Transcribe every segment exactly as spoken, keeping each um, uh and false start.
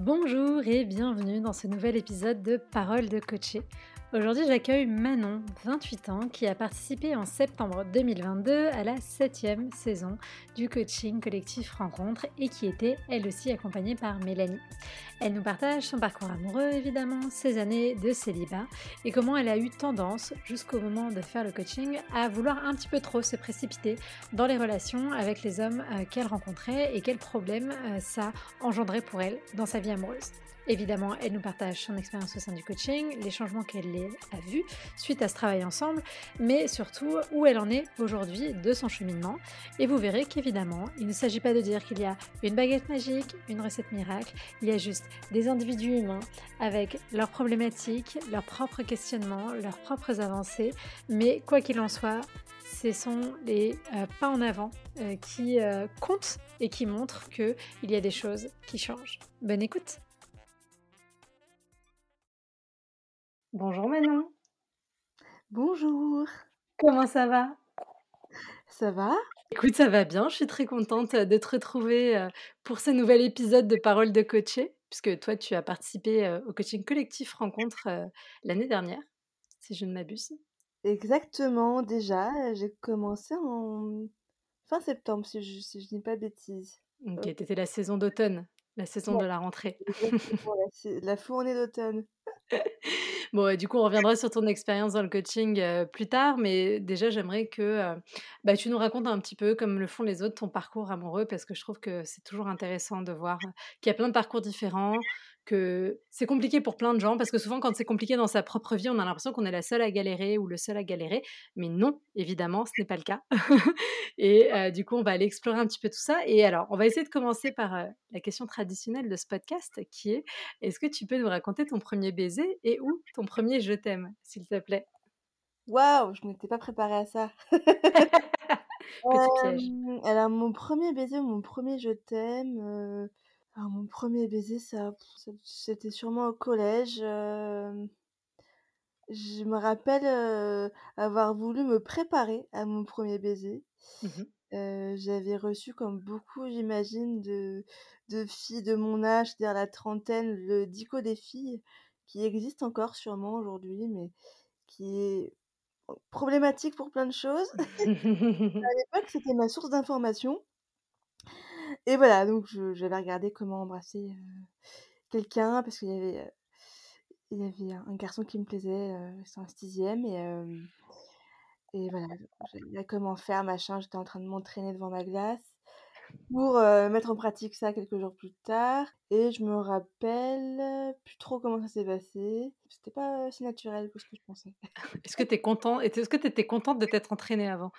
Bonjour et bienvenue dans ce nouvel épisode de Parole de coacher. Aujourd'hui, j'accueille Manon, vingt-huit ans, qui a participé en septembre deux mille vingt-deux à la septième saison du coaching collectif Rencontre et qui était elle aussi accompagnée par Mélanie. Elle nous partage son parcours amoureux évidemment, ses années de célibat et comment elle a eu tendance jusqu'au moment de faire le coaching à vouloir un petit peu trop se précipiter dans les relations avec les hommes euh, qu'elle rencontrait et quels problèmes euh, ça engendrait pour elle dans sa vie amoureuse. Évidemment, elle nous partage son expérience au sein du coaching, les changements qu'elle a vus suite à ce travail ensemble, mais surtout où elle en est aujourd'hui de son cheminement. Et vous verrez qu'évidemment, il ne s'agit pas de dire qu'il y a une baguette magique, une recette miracle, il y a juste des individus humains avec leurs problématiques, leurs propres questionnements, leurs propres avancées, mais quoi qu'il en soit, ce sont les euh, pas en avant euh, qui euh, comptent et qui montrent qu'il y a des choses qui changent. Bonne écoute! Bonjour Manon, Bonjour, comment ça va? ça va? Écoute, ça va bien, je suis très contente de te retrouver euh, pour ce nouvel épisode de Parole de coacher, puisque toi tu as participé euh, au coaching collectif Rencontre euh, l'année dernière, si je ne m'abuse. Exactement, déjà, j'ai commencé en fin septembre si je si je dis pas de bêtises. Ok, OK, t'étais la saison d'automne, la saison ouais, de la rentrée. exactement, la c'est la fournée d'automne. Bon, ouais, du coup, on reviendra sur ton expérience dans le coaching, heu, plus tard, mais déjà, j'aimerais que, heu, bah, tu nous racontes un petit peu, comme le font les autres, ton parcours amoureux parce que je trouve que c'est toujours intéressant de voir, heu, qu'il y a plein de parcours différents, que c'est compliqué pour plein de gens parce que souvent, quand c'est compliqué dans sa propre vie, on a l'impression qu'on est la seule à galérer ou le seul à galérer, mais non, évidemment, ce n'est pas le cas et heu, du coup, on va aller explorer un petit peu tout ça et alors, on va essayer de commencer par, heu, la question traditionnelle de ce podcast qui est: est-ce que tu peux nous raconter ton premier baiser et ou ton premier je t'aime, s'il te plaît? Waouh, je m'étais pas préparée à ça. Petit piège. Hem, alors mon premier baiser, mon premier je t'aime, heu, alors mon premier baiser ça ça c'était sûrement au collège, hem, je me rappelle, heu, avoir voulu me préparer à mon premier baiser. Mmh mh. Heu, j'avais reçu comme beaucoup j'imagine de de filles de mon âge, c'est-à-dire la trentaine, le dico des filles, qui existe encore sûrement aujourd'hui, mais qui est problématique pour plein de choses. À l'époque, c'était ma source d'information et voilà, donc je j'avais regardé comment embrasser, heu, quelqu'un parce qu'il y avait, heu, il y avait un garçon qui me plaisait, heu, c'était en sixième et hem et voilà, je savais comment faire, machin, j'étais en train de m'entraîner devant ma glace. Pour, heu, mettre en pratique ça quelques jours plus tard et je me rappelle plus trop comment ça s'est passé. C'était pas si naturel que ce que je pensais. Est-ce que tu es content et est-ce que tu étais contente de t'être entraînée avant?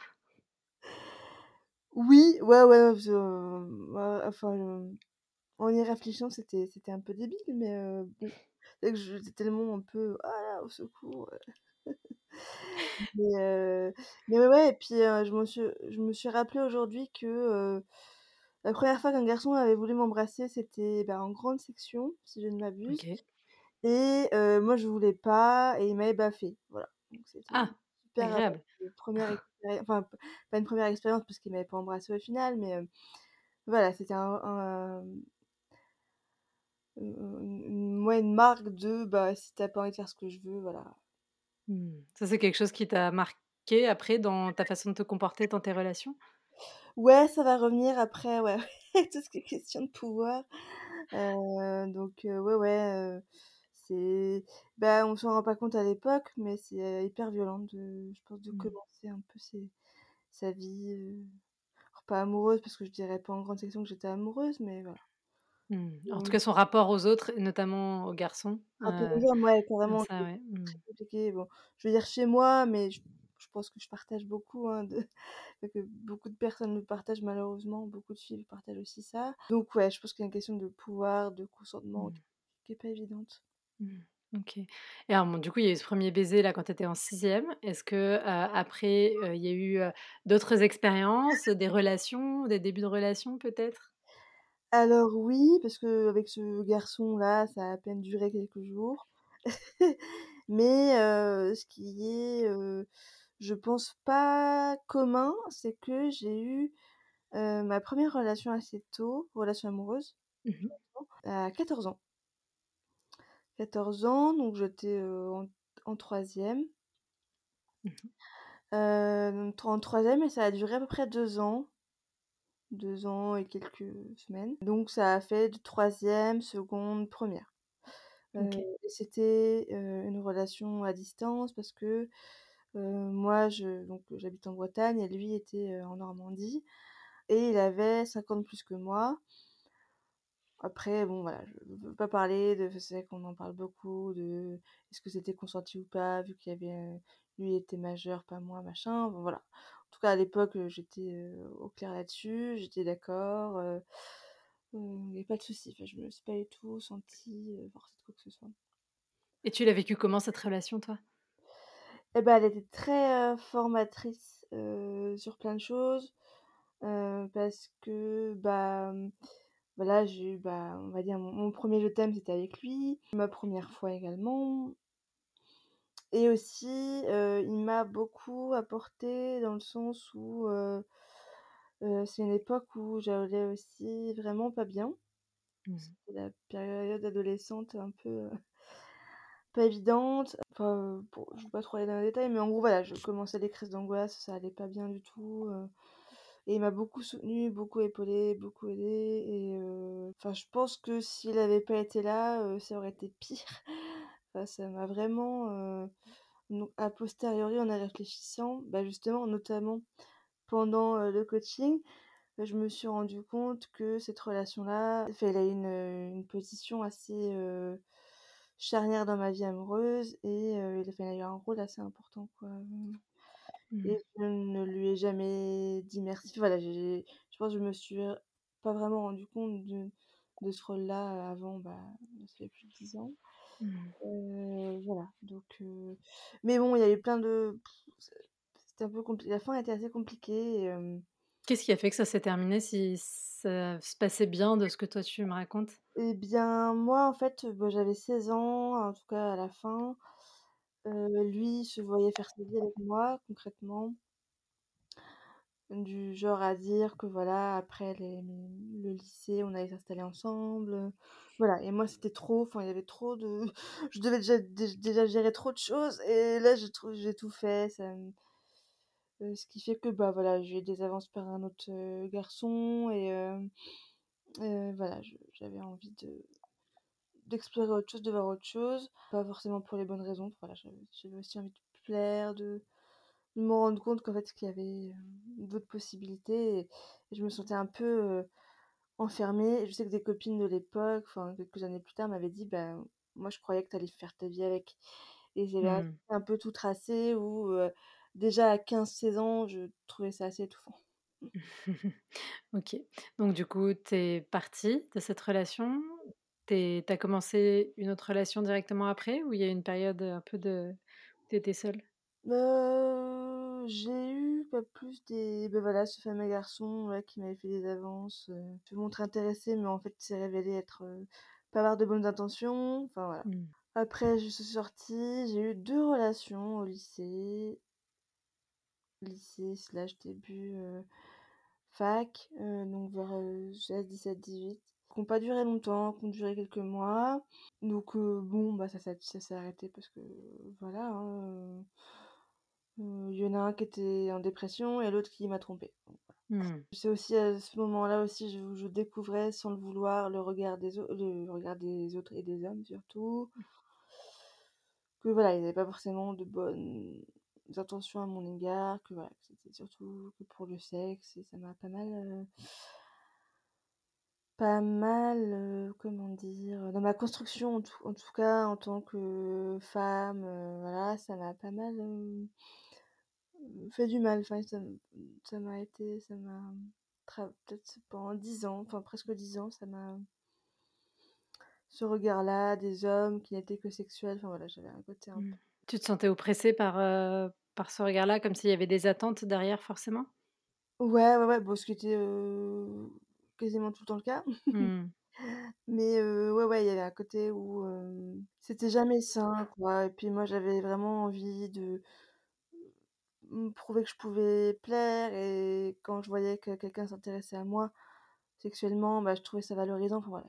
Oui, ouais, ouais, je ouais, enfin, heu, en y réfléchissant, c'était c'était un peu débile, mais heu, bon, c'est vrai que j'étais tellement un peu: «Ah là, au secours», heu, mais heu, mais ouais, ouais et puis, heu, je me suis je me suis rappelé aujourd'hui que, heu, la première fois qu'un garçon avait voulu m'embrasser, c'était, bah, en grande section, si je ne m'abuse. OK. Et heu, moi je voulais pas et il m'avait baffée, voilà. Donc c'était une Ah! super, Agréable. heu, première expérie enfin p pas une première expérience parce qu'il m'avait pas embrassée au final, mais heu, voilà, c'était un un, hem, une une ouais, une marque de, bah, si tu as pas envie de faire ce que je veux, voilà. Mmh. Ça, c'est quelque chose qui t'a marqué après dans ta façon de te comporter dans tes relations? Ouais, ça va revenir après, ouais, tout ce qui est question de pouvoir, heu, donc heu, ouais, ouais, heu, c'est bah, on s'en rend pas compte à l'époque, mais c'est, heu, hyper violent de je pense de Mmh. commencer un peu ses sa vie, heu alors pas amoureuse parce que je dirais pas en grande section que j'étais amoureuse, mais voilà. Mmh. En tout Mmh, cas, son rapport aux autres et notamment aux garçons, rapport heu, aux hommes, ouais, carrément, ça c'est ouais. Mmh. très compliqué. Bon, je veux dire chez moi, mais je je pense que je partage beaucoup, hein, de que beaucoup de personnes le partagent malheureusement, beaucoup de filles partagent aussi ça. Donc ouais, je pense qu'il y a une question de pouvoir, de consentement Mmh. qui qui est pas évidente. Mmh. OK et alors bon, du coup, il y a eu ce premier baiser là quand tu étais en sixième. Est-ce que, heu, après, heu, il y a eu, heu, d'autres expériences, des relations, des débuts de relations peut-être? Alors oui, parce qu'avec ce garçon-là, ça a à peine duré quelques jours. Mais heu, ce qui est, heu, je pense pas commun, c'est que j'ai eu, heu, ma première relation assez tôt, relation amoureuse, Mmh mh. à quatorze ans. quatorze ans, donc j'étais, heu, en en troisième. Mmh mh. Heu, donc en troisième et ça a duré à peu près deux ans, deux ans et quelques semaines. Donc ça a fait de troisième, seconde, première. Heu OK. et c'était, heu, une relation à distance parce que, heu, moi je donc j'habite en Bretagne et lui était, heu, en Normandie et il avait cinq ans de plus que moi. Après bon voilà, je veux pas parler de c'est vrai qu'on en parle beaucoup de est-ce que c'était consenti ou pas vu qu'il y avait, heu, lui était majeur, pas moi, machin, bon voilà. En tout cas à l'époque, heu, j'étais, heu, au clair là-dessus, j'étais d'accord, heu, heu, il y avait pas de souci. Enfin je me suis pas du tout sentie, heu, forcée de quoi que ce soit. Et tu l'as vécu comment cette relation, toi? Et bah, elle était très, heu, formatrice, heu, sur plein de choses, heu, parce que, bah, mmh, voilà, j'ai eu, bah, on va dire mon mon premier je t'aime, c'était avec lui, ma première fois également et aussi, heu, il m'a beaucoup apporté dans le sens où, heu heu, c'est une époque où j'allais aussi vraiment pas bien. Mmh. C'était la période adolescente un peu, heu, pas évidente. Enfin, heu, bon, je veux pas trop aller dans les détails, mais en gros, voilà, je commençais les crises d'angoisse, ça allait pas bien du tout, heu et il m'a beaucoup soutenue, beaucoup épaulée, beaucoup aidée et heu, enfin, je pense que s'il avait pas été là, heu, ça aurait été pire. Enfin, ça m'a vraiment, heu, donc a posteriori, en y réfléchissant, bah, justement, notamment pendant, heu, le coaching, bah, je me suis rendu compte que cette relation-là, enfin, elle a une, heu, une position assez, heu, charnière dans ma vie amoureuse et heu, il enfin, il a eu un rôle assez important, quoi, mmh et Mmh. je ne lui ai jamais dit merci. Voilà, j'ai je pense que je me suis, heu, pas vraiment rendu compte de de ce rôle-là, avant, bah, ça fait plus de dix ans. Mmh. Heu, voilà, donc heu, mais bon, il y a eu plein de c'est c'était un peu compli la fin était assez compliquée et hem Qu'est-ce qui a fait que ça s'est terminé si ça se passait bien de ce que toi tu me racontes? et bien, moi, en fait, bah, j'avais seize ans, en tout cas à la fin. Heu, lui se voyait faire sa vie avec moi, concrètement. Du genre à dire que voilà, après les le lycée, on allait s'installer ensemble, heu, voilà et moi c'était trop, enfin il y avait trop de je devais déjà déj déjà gérer trop de choses et là j'ai trop j'ai tout fait, ça me heu, ce qui fait que, bah, voilà, j'ai eu des avances par un autre, heu, garçon et hem, heu, voilà, je j'avais envie de d'explorer autre chose, de voir autre chose, pas forcément pour les bonnes raisons, voilà, j'avais j'avais aussi envie de plaire, de de me rendre compte qu'en fait qu'il y avait, heu, d'autres possibilités et et je me sentais un peu, heu, enfermée et je sais que des copines de l'époque, enfin quelques années plus tard m'avaient dit: «Ben, moi je croyais que tu allais faire ta vie avec» et j'avais un Mmh. un peu tout tracé où, heu, déjà à quinze seize ans, je trouvais ça assez étouffant. OK. Donc du coup, tu es partie de cette relation. Tu as commencé une autre relation directement après ou il y a eu une période, un peu de où tu étais seule? Heu, j'ai eu pas plus des bah, voilà, ce fameux garçon, ouais, qui m'avait fait des avances, heu, se montrer intéressé, mais en fait, s'est révélé être, heu, pas avoir de bonnes intentions, enfin voilà. Mmh. Après je suis sortie, j'ai eu deux relations au lycée, lycée slash début, heu, fac, heu, donc vers, heu, seize dix-sept-dix-huit, qui ont pas duré longtemps, qui ont duré quelques mois. Donc heu, bon, bah, ça s'est ça s'est arrêté parce que, voilà, hein, Heu, il y en a un qui était en dépression et l'autre qui m'a trompée. Mmh. C'est aussi à ce moment-là aussi je je découvrais sans le vouloir le regard des au le regard des autres et des hommes surtout. Que voilà, ils avaient pas forcément de bonnes intentions à mon égard, que voilà, que c'était surtout que pour le sexe et ça m'a pas mal, heu, pas mal, heu, comment dire? Dans ma construction en tout en tout cas en tant que femme, heu, voilà, ça m'a pas mal, hem Heu, fait du mal, enfin ça m ça m'a été ça m'a tra peut-être pendant dix ans, enfin presque dix ans, ça m'a ce regard-là des hommes qui n'étaient que sexuels, enfin voilà, j'avais un côté un Mmh. peu Tu te sentais oppressée par, heu, par ce regard-là, comme s'il y avait des attentes derrière forcément? ouais, ouais, ouais, bon ce qui était, heu, quasiment tout le temps le cas. Mmh. Mais heu, ouais, ouais, il y avait un côté où, hem, c'était jamais sain, quoi et puis moi j'avais vraiment envie de me prouver que je pouvais plaire et quand je voyais que quelqu'un s'intéressait à moi sexuellement, bah, je trouvais ça valorisant, enfin voilà.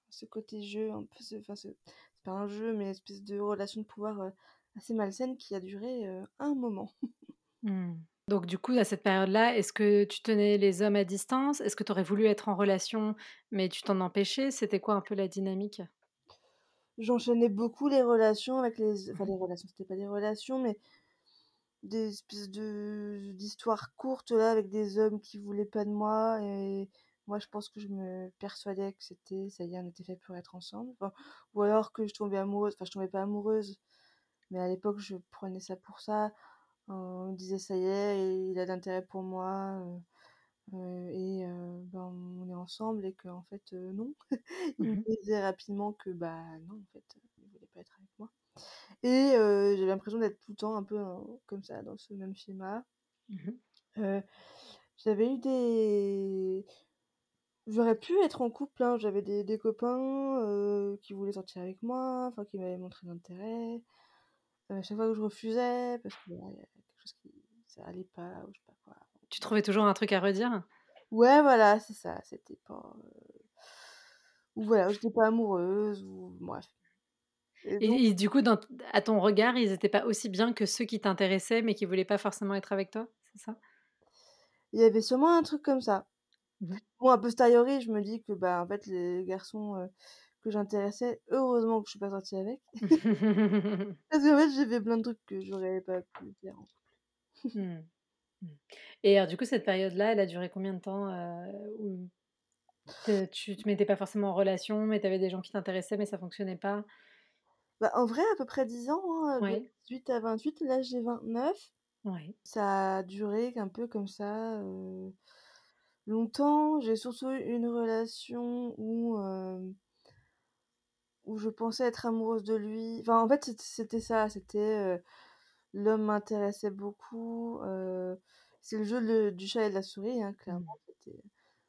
ce côté jeu un peu, ce enfin ce c'est pas un jeu, mais espèce de relation de pouvoir, heu, assez malsaine qui a duré, heu, un moment. Mmh. Donc du coup, à cette période-là, est-ce que tu tenais les hommes à distance? Est-ce que tu aurais voulu être en relation, mais tu t'en empêchais? C'était quoi un peu la dynamique? J'enchaînais beaucoup les relations avec les Mmh enfin mh. les relations, c'était pas des relations, mais des espèces de d'histoires courtes là avec des hommes qui voulaient pas de moi et moi je pense que je me persuadais que c'était ça y est, on était fait pour être ensemble, enfin ou alors que je tombais amoureuse, enfin je tombais pas amoureuse, mais à l'époque je prenais ça pour ça. On me disait: «Ça y est, il a de l'intérêt pour moi, heu heu et heu, ben, on est ensemble» et qu'en fait, heu, non. Il me Mmh. disait rapidement que, bah, non, en fait, il voulait pas être avec moi et heu, j'avais l'impression d'être tout le temps un peu, heu, comme ça, dans ce même schéma. Mmh. Heu, j'avais eu des j'aurais pu être en couple, hein, j'avais des des copains, heu, qui voulaient sortir avec moi, enfin qui m'avaient montré l'intérêt. Heu, à chaque fois que je refusais parce que, voilà, il y a quelque chose qui ça allait pas ou je sais pas quoi. Tu trouvais toujours un truc à redire? Ouais, voilà, c'est ça, c'était pas, heu ou voilà, j'étais pas amoureuse ou bref et donc Et et du coup, dans t à ton regard, ils étaient pas aussi bien que ceux qui t'intéressaient, mais qui voulaient pas forcément être avec toi, c'est ça? il y avait sûrement un truc comme ça. Mmh Bon, a posteriori, je me dis que, bah, en fait, les garçons, heu, que j'intéressais, heureusement que je suis pas sortie avec. mh. Parce qu'en fait, j'ai fait plein de trucs que j'aurais pas pu faire. Mmh. Mmh. Et alors du coup, cette période-là, elle a duré combien de temps, heu, où te tu te mettais pas forcément en relation, mais tu avais des gens qui t'intéressaient, mais ça fonctionnait pas? Bah, en vrai, à peu près dix ans, hein, de Ouais, dix-huit à vingt-huit, là, j'ai vingt-neuf. ouais. Ça a duré un peu comme ça, heu, longtemps. J'ai surtout eu une relation où, hem, où je pensais être amoureuse de lui. Enfin, en fait, c'ét c'était ça, c'était, heu, l'homme m'intéressait beaucoup, heu, c'est le jeu le du chat et de la souris, hein, clairement, Mmh. c'était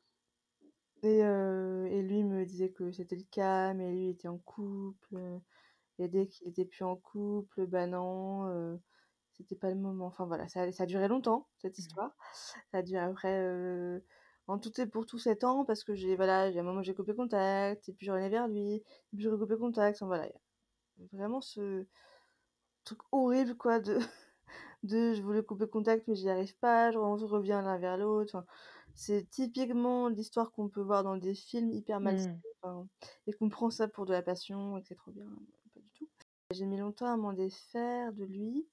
et heu et lui me disait que c'était le cas, mais lui était en couple, heu et dès qu'il était plus en couple, bah non, heu, c'était pas le moment. Enfin voilà, ça ça a duré longtemps cette Mmh. histoire. Ça a duré à peu près, heu, en tout et pour tout sept ans parce que j'ai voilà, j'ai à un moment j'ai coupé contact et puis je revenais vers lui et puis je recoupais contact. Enfin voilà, il y a vraiment ce truc horrible quoi de de je voulais couper contact mais j'y arrive pas, je on reviens l'un vers l'autre, enfin, c'est typiquement l'histoire qu'on peut voir dans des films hyper malsains, Mmh. enfin et qu'on prend ça pour de la passion et que c'est trop bien, pas du tout. J'ai mis longtemps à m'en défaire de lui,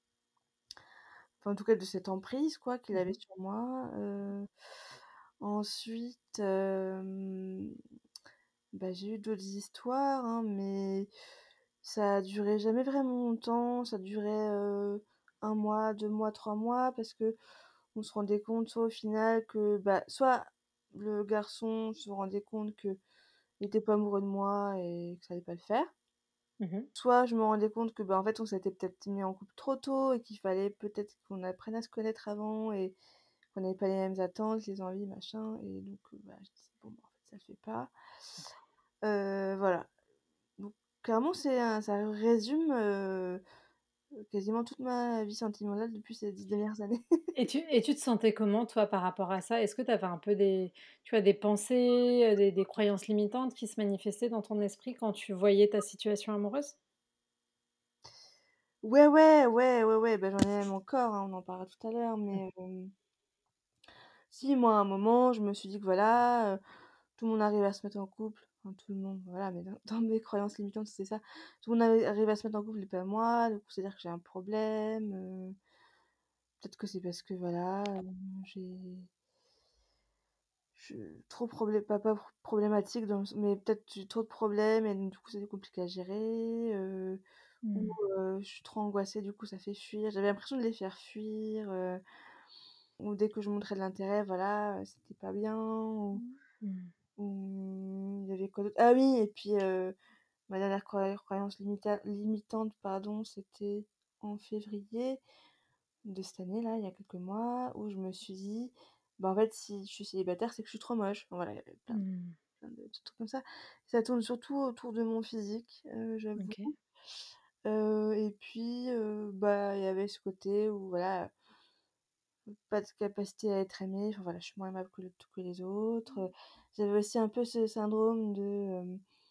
enfin en tout cas de cette emprise quoi qu'il Mmh avait mh. sur moi, heu, ensuite, hem, bah, j'ai eu d'autres histoires, hein, mais ça a duré jamais vraiment longtemps, ça durait, heu, un mois, deux mois, trois mois parce que on se rendait compte soit au final que, bah, soit le garçon se rendait compte qu'il était pas amoureux de moi et que ça allait pas le faire, Mmh. soit je me rendais compte que, bah, en fait, on s'était peut-être mis en couple trop tôt et qu'il fallait peut-être qu'on apprenne à se connaître avant et qu'on n'avait pas les mêmes attentes, les envies, machin et donc heu, bah, je disais: «Bon, bah, en fait, ça le fait pas». D'accord. Heu, voilà, donc clairement, c'est un ça résume, heu, quasiment toute ma vie sentimentale depuis ces dix dernières années. Et tu et tu te sentais comment toi par rapport à ça? Est-ce que tu avais un peu des tu vois, des pensées, heu, des des croyances limitantes qui se manifestaient dans ton esprit quand tu voyais ta situation amoureuse? Ouais, ouais, ouais, ouais, ouais, bah, j'en ai même encore, hein, on en parlera tout à l'heure, Mmh. mais hem, si moi, à un moment, je me suis dit que voilà, heu, tout le monde arrive à se mettre en couple, enfin tout le monde, voilà, mais dans dans mes croyances limitantes, c'est ça. Tout le monde arri arrive à se mettre en couple et pas moi, du coup, c'est-à-dire que j'ai un problème, heu, peut-être que c'est parce que voilà, heu, j'ai je trop problé pas pas pr problématique dans le s mais peut-être j'ai trop de problèmes et donc du coup, c'est compliqué à gérer, heu, ou Mmh. heu, je suis trop angoissée, du coup, ça fait fuir. J'avais l'impression de les faire fuir, heu ou dès que je montrais de l'intérêt, voilà, heu, c'était pas bien ou Mmh. Mmh. ou il y avait quoi d'autre? Ah oui et puis, heu, ma dernière croya croyance limita limitante, pardon, c'était en février de cette année là, il y a quelques mois, où je me suis dit: «Bah, en fait, si je suis célibataire, c'est que je suis trop moche». Enfin voilà, il y avait plein de Mmh. plein de petits trucs comme ça. Ça tourne surtout autour de mon physique, heu, j'avoue, OK. heu et puis, heu, bah, il y avait ce côté où voilà, pas de capacité à être aimée, enfin voilà, je suis moins aimable que le que les autres, heu, j'avais aussi un peu ce syndrome de, hem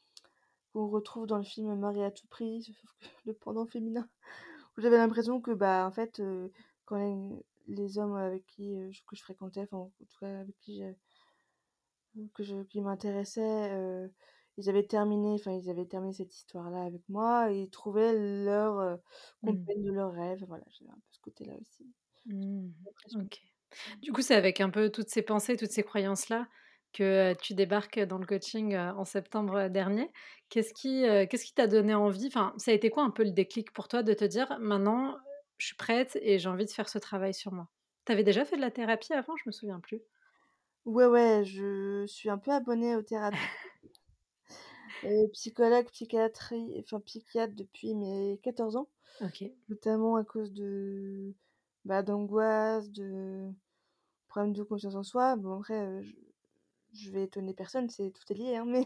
qu'on retrouve dans le film Mariée à tout prix, sauf que le pendant féminin, où j'avais l'impression que, bah, en fait, heu, quand les les hommes avec qui, heu, que je fréquentais, enfin, en tout cas avec qui je que je qui m'intéressaient, heu, ils avaient terminé enfin, ils avaient terminé cette histoire-là avec moi et ils trouvaient leur, heu, Mmh. compagne de leurs rêves. Voilà, j'avais un peu ce côté-là aussi. Mmh. J'ai l'impression. OK. Du coup, c'est avec un peu toutes ces pensées, toutes ces croyances-là que, heu, tu débarques dans le coaching, heu, en septembre dernier. Qu'est-ce qui, heu, qu'est-ce qui t'a donné envie enfin, ça a été quoi un peu le déclic pour toi de te dire: «Maintenant, je suis prête et j'ai envie de faire ce travail sur moi»? Tu avais déjà fait de la thérapie avant? Je me souviens plus. Ouais, ouais, je suis un peu abonnée aux thérapies, heu, psychologue, psychiatrie enfin psychiatre depuis mes quatorze ans, OK. notamment à cause de, bah, d'angoisse, de problèmes de confiance en soi. Bon après, heu, je je vais étonner personne, c'est tout est lié, hein, mais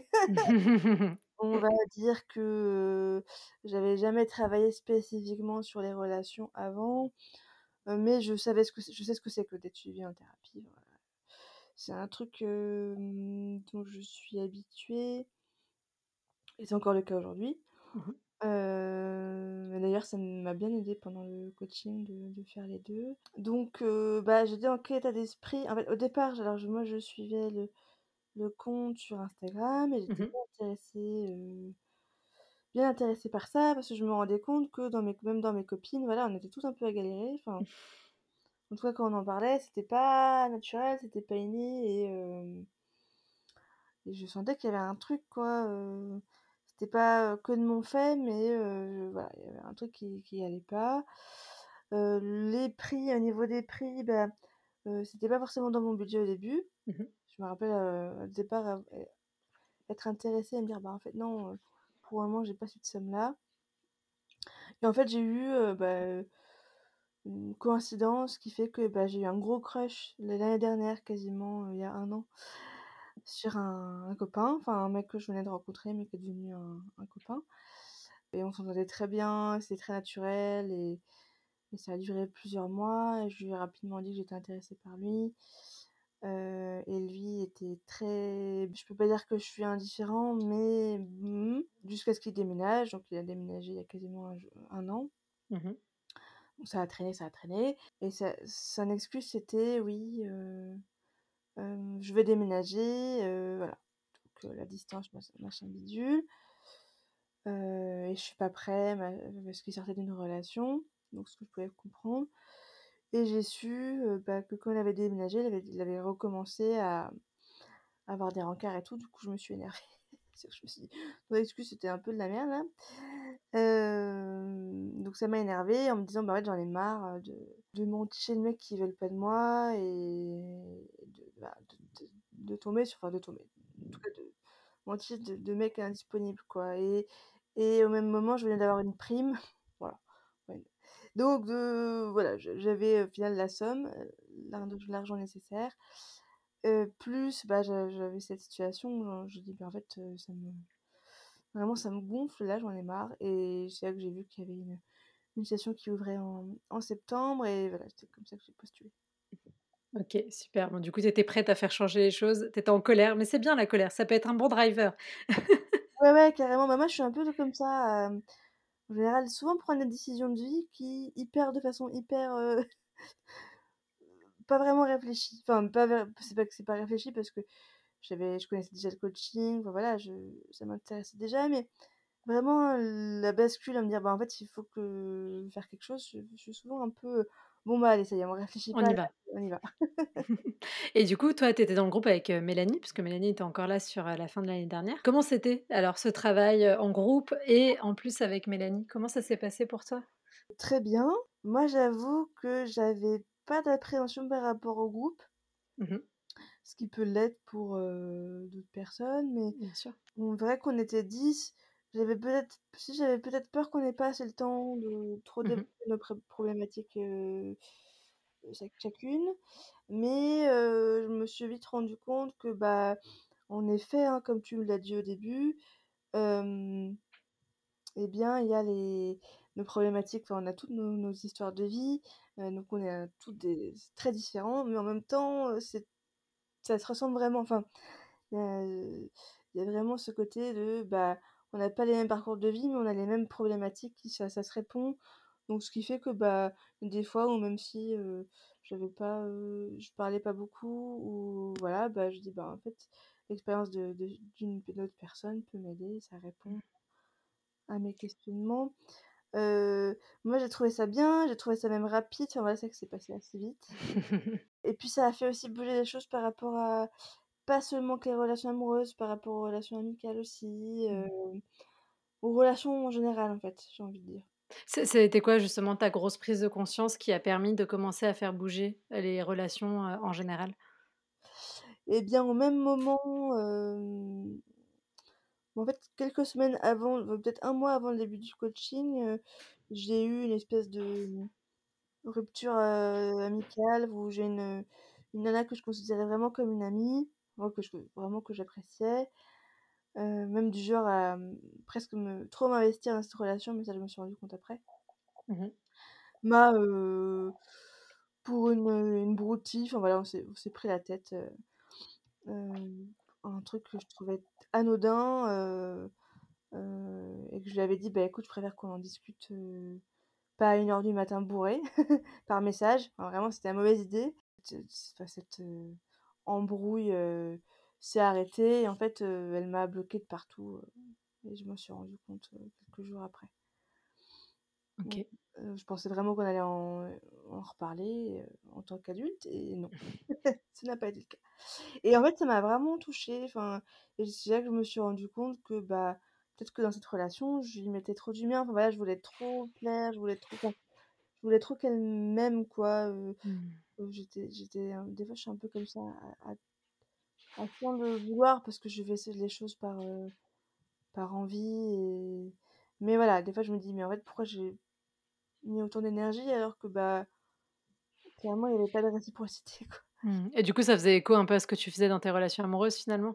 on va dire que, heu, j'avais jamais travaillé spécifiquement sur les relations avant, heu, mais je savais ce que c'est je sais ce que c'est que d'être suivie en thérapie, voilà. C'est un truc, hem, dont je suis habituée et c'est encore le cas aujourd'hui. Mmh. Heu, et d'ailleurs ça m'a bien aidée pendant le coaching de de faire les deux. Donc heu, bah, j'étais dans quel état d'esprit? En fait, au départ, alors je moi je suivais le le compte sur Instagram et Mmh j'étais mh. bien intéressée, heu, bien intéressée par ça parce que je me rendais compte que dans mes même dans mes copines, voilà, on était toutes un peu à galérer. Enfin, en tout cas quand on en parlait, c'était pas naturel, c'était pas inné et hem et je sentais qu'il y avait un truc quoi, heu, c'était pas, heu, que de mon fait mais heu, voilà, il y avait un truc qui qui allait pas. Heu, les prix, au niveau des prix, bah, heu, c'était pas forcément dans mon budget au début. Mmh. Je me rappelle, heu, au départ, av e être intéressée et me dire: «Bah, en fait non, heu, pour le moment j'ai pas cette somme-là» et en fait j'ai eu, heu, bah, heu, une coïncidence qui fait que, bah, j'ai eu un gros crush l'année dernière quasiment, heu, il y a un an, sur un un copain, enfin un mec que je venais de rencontrer mais qui est devenu un un copain et on s'entendait très bien, c'était très naturel et et ça a duré plusieurs mois et je lui ai rapidement dit que j'étais intéressée par lui, heu et lui était très je peux pas dire que je suis indifférent mais mmh, jusqu'à ce qu'il déménage, donc il a déménagé il y a quasiment un j un an. Mmh. Donc ça a traîné, ça a traîné et sa son excuse c'était: «Oui, heu, hem, je vais déménager, heu, voilà, donc heu, la distance mac machin bidule, heu et je suis pas prêt», ma parce qu'il sortait d'une relation, donc ce que je pouvais comprendre et j'ai su, heu, bah, que quand il avait déménagé, il avait il avait recommencé à avoir des rencarts et tout, du coup je me suis énervée. C'est que je me suis dit: «Ton excuse c'était un peu de la merde là». Hem, donc ça m'a énervée en me disant: «Bah, en fait, j'en ai marre, heu, de de m'enticher de mecs qui veulent pas de moi et de, bah, de de de tomber sur enfin de tomber, en tout cas de m'enticher de de mecs indisponibles, quoi» et et au même moment, je venais d'avoir une prime, voilà. Ouais. Donc de voilà, je j'avais au final la somme, heu, l'arg l'argent nécessaire, heu, plus, bah, j'a j'avais cette situation, heu, je dis: «Bah, en fait, heu, ça me vraiment ça me gonfle là, j'en ai marre» et c'est là que j'ai vu qu'il y avait une une session qui ouvrait en en septembre et voilà, c'est comme ça que j'ai postulé. OK, super. Bon, du coup, tu étais prête à faire changer les choses. Tu étais en colère, mais c'est bien la colère, ça peut être un bon driver. Ouais, ouais, carrément, bah, moi je suis un peu comme ça, hem, en général, souvent prendre des décisions de vie qui hyper de façon hyper, heu, pas vraiment réfléchie. Enfin, pas ver c'est pas que c'est pas réfléchi parce que j'avais je connaissais déjà le coaching, enfin voilà, je ça m'intéressait déjà, mais vraiment la bascule à me dire: «Bah, en fait, il faut que faire quelque chose», je je suis souvent un peu, «Bon, bah, allez, ça y est, on réfléchit On pas y là, va. on y va». Et du coup, toi, tu étais dans le groupe avec, heu, Mélanie, puisque Mélanie était encore là sur, heu, la fin de l'année dernière. Comment c'était alors ce travail, heu, en groupe et en plus avec Mélanie? Comment ça s'est passé pour toi? Très bien. Moi, j'avoue que j'avais pas d'appréhension par rapport au groupe, Mmh mh. ce qui peut l'être pour, heu, d'autres personnes, mais Bien sûr. bon, vrai qu'on était dix, j'avais peut-être si j'avais peut-être peur qu'on ait pas assez le temps de trop Mmh mh. développer nos pré problématiques, heu, chac chacune, mais heu, je me suis vite rendu compte que, bah, en effet, hein, comme tu me l'as dit au début, hem, et bien, il y a les nos problématiques, enfin, on a toutes nos nos histoires de vie, heu, donc on est, heu, toutes des très différents, mais en même temps, heu, c'est ça se ressemble vraiment. Enfin, il y a, heu, il y a vraiment ce côté de, bah, on n'a pas les mêmes parcours de vie, mais on a les mêmes problématiques qui ça ça se répond. Donc ce qui fait que, bah, des fois où même si, heu, j'avais pas, heu, je parlais pas beaucoup ou voilà, bah, je dis: «Bah, en fait, l'expérience de de d'une d'une autre personne peut m'aider, ça répond à mes questionnements». Heu, Moi j'ai trouvé ça bien, j'ai trouvé ça même rapide, enfin voilà, c'est vrai que c'est passé assez vite et puis ça a fait aussi bouger les choses par rapport à pas seulement que les relations amoureuses, par rapport aux relations amicales aussi, heu, Mmh. aux relations en général, en fait, j'ai envie de dire. C'est ça a été quoi justement ta grosse prise de conscience qui a permis de commencer à faire bouger les relations, heu, en général? Et bien, au même moment, hem, en fait, quelques semaines avant, heu, peut-être un mois avant le début du coaching, heu, j'ai eu une espèce de rupture, heu, amicale où j'ai une, une nana que je considérais vraiment comme une amie, moi que je vraiment que j'appréciais, heu, même du genre à, mmh, presque me trop m'investir dans cette relation, mais ça je me suis rendu compte après. Mmh mh. M'a, heu, pour une, une broutille, enfin voilà, on s'est on s'est pris la tête, heu, hem, un truc que je trouvais anodin, heu heu et que je lui avais dit: «Bah écoute, je préfère qu'on en discute, heu, pas à une heure du matin bourré, par message». Enfin vraiment, c'était la mauvaise idée. Ce c enfin cette, heu, embrouille, heu, s'est arrêtée et en fait, heu, elle m'a bloquée de partout, heu et je m'en suis rendu compte, heu, quelques jours après. Mmh, OK. heu, je pensais vraiment qu'on allait en en reparler, heu, en tant qu'adulte et non, ça n'a pas été le cas et en fait, ça m'a vraiment touchée, enfin et c'est là que je me suis rendu compte que, bah, peut-être que dans cette relation, je lui mettais trop du mien. Enfin voilà, je voulais trop plaire, je voulais trop enfin, je voulais trop qu'elle m'aime quoi, heu Mmh. heu, j'étais j'étais, heu, des fois, je suis un peu comme ça à à à point de vouloir parce que je fais ces les choses par, heu, par envie et mais voilà, des fois, je me dis: «Mais en fait, pourquoi j'ai mis autant d'énergie alors que, bah, clairement, il y avait pas de réciprocité, quoi». Mmh et du coup, ça faisait écho un peu à ce que tu faisais dans tes relations amoureuses finalement?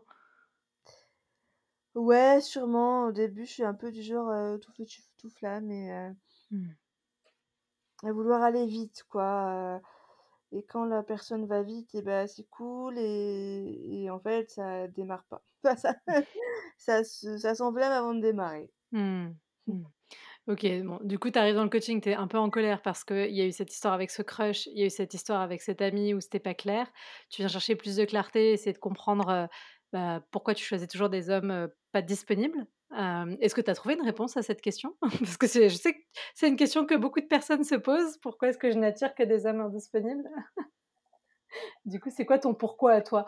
Ouais, sûrement, au début, je suis un peu du genre, heu, tout feu, tu tout flamme et heu, Mmh. à vouloir aller vite, quoi, heu et quand la personne va vite et bah, c'est cool et et en fait, ça démarre pas. Enfin, ça ça se ça s'enflamme avant de démarrer. Mmh. Mmh. OK, bon, du coup, tu arrives dans le coaching, tu es un peu en colère parce qu'il y a eu cette histoire avec ce crush, il y a eu cette histoire avec cette amie où c'était pas clair. Tu viens chercher plus de clarté, essayer de comprendre, heu, bah, pourquoi tu choisis toujours des hommes, heu, pas disponibles. Hem, est-ce que tu as trouvé une réponse à cette question? Parce que c'est je sais que c'est une question que beaucoup de personnes se posent: «Pourquoi est-ce que je n'attire que des hommes indisponibles?» Du coup, c'est quoi ton pourquoi à toi?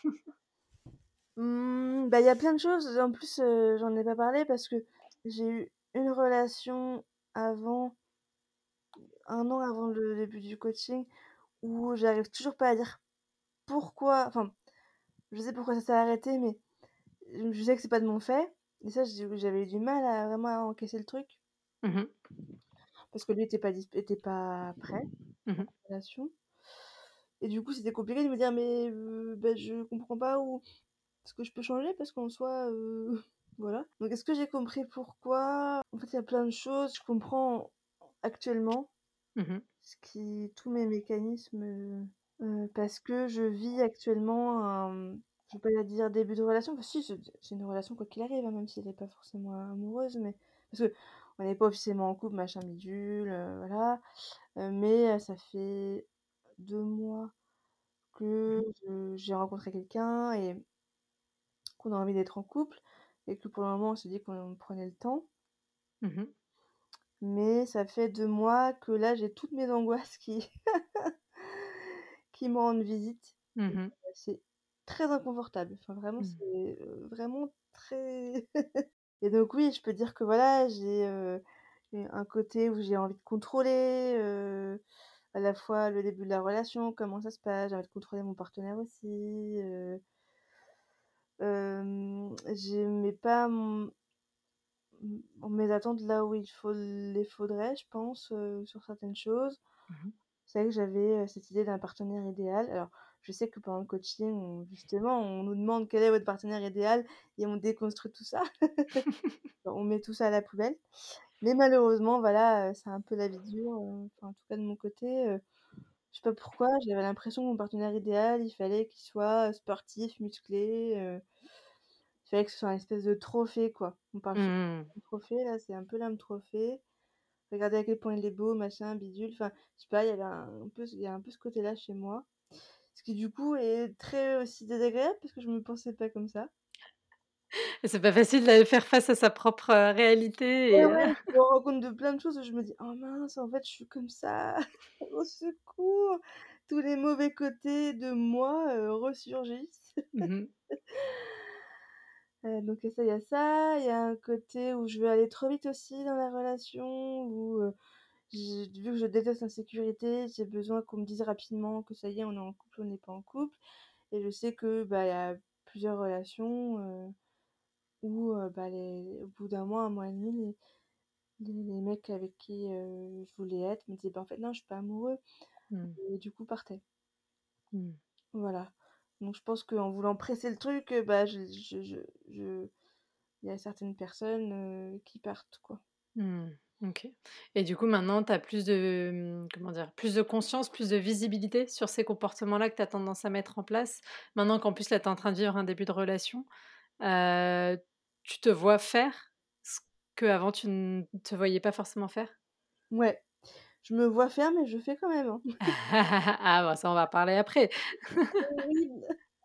Mmh, bah, il y a plein de choses. En plus, heu, j'en ai pas parlé parce que j'ai eu une relation avant, un an avant le début du coaching où j'arrive toujours pas à dire pourquoi enfin, je sais pourquoi ça s'est arrêté, mais je je sais que c'est pas de mon fait et ça, j'ai j'avais eu du mal à vraiment à encaisser le truc Mmh mh. parce que lui était pas disp était pas prêt Mmh pour mh. la relation et du coup, c'était compliqué de me dire: «Mais, heu, bah, je comprends pas ou est-ce que je peux changer?» parce qu'en soi, heu, voilà. Donc est-ce que j'ai compris pourquoi? En fait, il y a plein de choses. Je comprends actuellement Mmh. ce qui tous mes mécanismes, heu heu, parce que je vis actuellement un, je vais pas dire début de relation, enfin si, c'est c'est une relation quoi qu'il arrive, hein, même si elle est pas forcément amoureuse, mais parce qu'on n'est pas officiellement en couple, machin bidule, heu, voilà. Heu, mais heu, ça fait deux mois que je j'ai rencontré quelqu'un et qu'on a envie d'être en couple et que pour le moment, on s'est dit qu'on prenait le temps. Mmh mh. Mais ça fait deux mois que là, j'ai toutes mes angoisses qui qui me rendent visite et Mmh. heu, c'est très inconfortable. Enfin vraiment, Mmh. c'est, heu, vraiment très et donc oui, je peux dire que voilà, j'ai, heu, heu, un côté où j'ai envie de contrôler, heu, à la fois le début de la relation, comment ça se passe, j'ai envie de contrôler mon partenaire aussi, heu, hem, je mets pas mon Mmh, mes attentes là où il faut les faudrait, je pense, heu, sur certaines choses. Mmh. C'est vrai que j'avais, heu, cette idée d'un partenaire idéal. Alors, je sais que pendant le coaching, on justement, on nous demande quel est votre partenaire idéal et on déconstruit tout ça. On met tout ça à la poubelle. Mais malheureusement, voilà, heu, c'est un peu la vie dure, heu, enfin, en tout cas de mon côté, heu, je sais pas pourquoi, j'avais l'impression que mon partenaire idéal, il fallait qu'il soit, heu, sportif, musclé, heu, il fallait que ce soit un espèce de trophée, quoi. On parle souvent Mmh mh. de trophée, là, c'est un peu là, trophée. Regardez à quel point il est beau, machin, bidule, enfin, je sais pas, il y avait un peu il y a un peu ce côté-là chez moi. Ce qui, du coup, est très aussi désagréable parce que je me pensais pas comme ça. Et c'est pas facile de faire face à sa propre, heu, réalité Ouais, et heu ouais, je me rends compte de plein de choses où je me dis: «Oh mince, en fait, je suis comme ça, au secours!» Tous les mauvais côtés de moi, heu, ressurgissent. Mmh mh. Heu, donc ça, il y a ça, il y a un côté où je veux aller trop vite aussi dans la relation, où, heu, j'ai vu que je déteste l'insécurité, j'ai besoin qu'on me dise rapidement que ça y est, on est en couple, on n'est pas en couple et je sais que, bah, il y a plusieurs relations, heu, où, heu, bah, les au bout d'un mois, un mois et demi, les les les mecs avec qui, heu, je voulais être me disaient: «Bah, en fait, non, je suis pas amoureux» Mmh. et du coup partaient. Mmh. Voilà. Donc je pense qu'en voulant presser le truc, heu, bah, je je je je il y a certaines personnes, heu, qui partent, quoi. Mmh. OK. Et du coup, maintenant, tu as plus de, mmh, comment dire? Plus de conscience, plus de visibilité sur ces comportements-là que tu as tendance à mettre en place? Maintenant qu'en plus, là, tu es en train de vivre un début de relation, heu, tu te vois faire ce qu'avant tu ne te voyais pas forcément faire? Ouais, je me vois faire, mais je fais quand même, hein. Ah bah, ça, on va parler après. Horrible.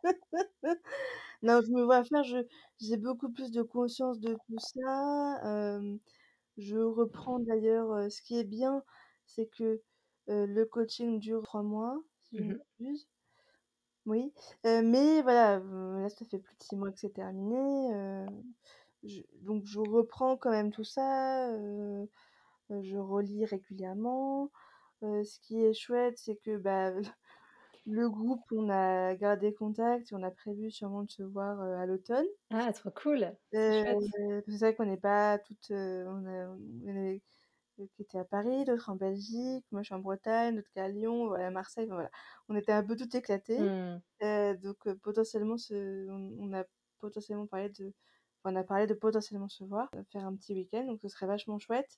Non, je me vois faire, je j'ai beaucoup plus de conscience de tout ça, hem, je reprends d'ailleurs, heu, ce qui est bien, c'est que, heu, le coaching dure trois mois, si je Mmh ne mh. m'abuse. Oui, heu, mais voilà, heu, là, ça fait plus de six mois que c'est terminé, heu, je donc je reprends quand même tout ça, heu heu, je relis régulièrement. Heu, ce qui est chouette, c'est que, bah, le groupe, on a gardé contact et on a prévu sûrement de se voir, heu, à l'automne. Ah, trop cool, c'est Heu, chouette. c'est vrai qu'on n'est pas toutes, heu, on a on est heu, qui étaient à Paris, d'autres en Belgique, moi je suis en Bretagne, d'autres qui est à Lyon, voilà, Marseille, enfin voilà. On était un peu toutes éclatées, Mmh. heu, donc heu, potentiellement se on on a potentiellement parlé de enfin, on a parlé de potentiellement se voir, heu, faire un petit week-end, donc ce serait vachement chouette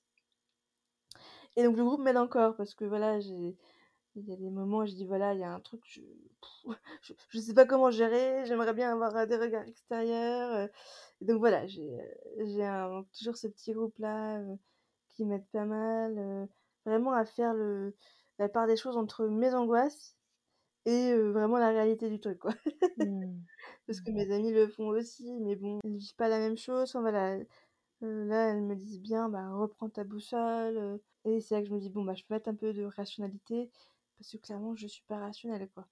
et donc le groupe m'aide encore parce que voilà, j'ai il y a des moments où je dis: «Voilà, il y a un truc, je je je sais pas comment gérer, j'aimerais bien avoir, heu, des regards extérieurs», heu et donc voilà, j'ai, heu, j'ai un toujours ce petit groupe-là, heu, qui m'aide pas mal, heu, vraiment à faire le la part des choses entre mes angoisses et heu, vraiment la réalité du truc, quoi. Mmh. Parce Mmh. que mes amis le font aussi, mais bon, ils vivent pas la même chose, enfin voilà, heu, là, elles me disent bien: «Bah, reprends ta boussole», heu et c'est là que je me dis: «Bon, bah, je peux mettre un peu de rationalité parce que clairement je suis pas rationnelle, quoi».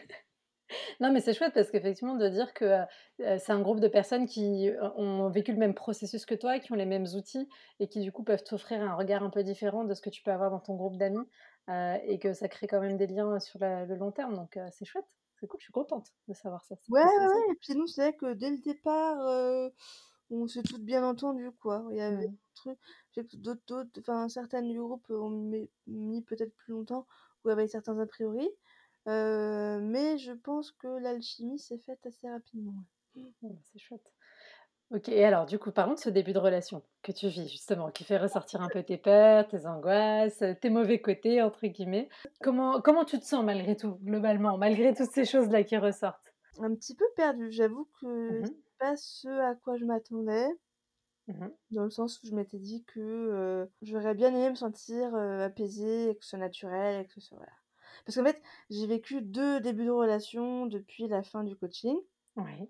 Non, mais c'est chouette parce qu'effectivement de dire que, heu heu, c'est un groupe de personnes qui, heu, ont vécu le même processus que toi, qui ont les mêmes outils et qui du coup peuvent t'offrir un regard un peu différent de ce que tu peux avoir dans ton groupe d'amis, heu et que ça crée quand même des liens sur la le long terme donc heu, c'est chouette, c'est cool, je suis contente de savoir ça, c'est Ouais, cool, ouais, c'est ça. ouais et puis nous, c'est vrai que dès le départ, heu, on s'est toutes bien entendues, quoi. Il y avait Mmh. un truc je sais que d'autres d'autres enfin certaines du groupe ont mis mis peut-être plus longtemps ou avaient certains a priori, heu, mais je pense que l'alchimie s'est faite assez rapidement, ouais. Bon, bah, c'est chouette. OK et alors du coup, parlons de ce début de relation que tu vis justement, qui fait ressortir un peu tes peurs, tes angoisses, heu, tes «mauvais côtés» entre guillemets. Comment comment tu te sens malgré tout, globalement, malgré toutes ces choses-là qui ressortent? Un petit peu perdue, j'avoue que Mmh c'est mh. pas ce à quoi je m'attendais, Mmh mh. dans le sens où je m'étais dit que, heu, j'aurais bien aimé me sentir, heu, apaisée et que ce soit naturel et que ce soit voilà. Parce qu'en fait, j'ai vécu deux débuts de relation depuis la fin du coaching. Ouais.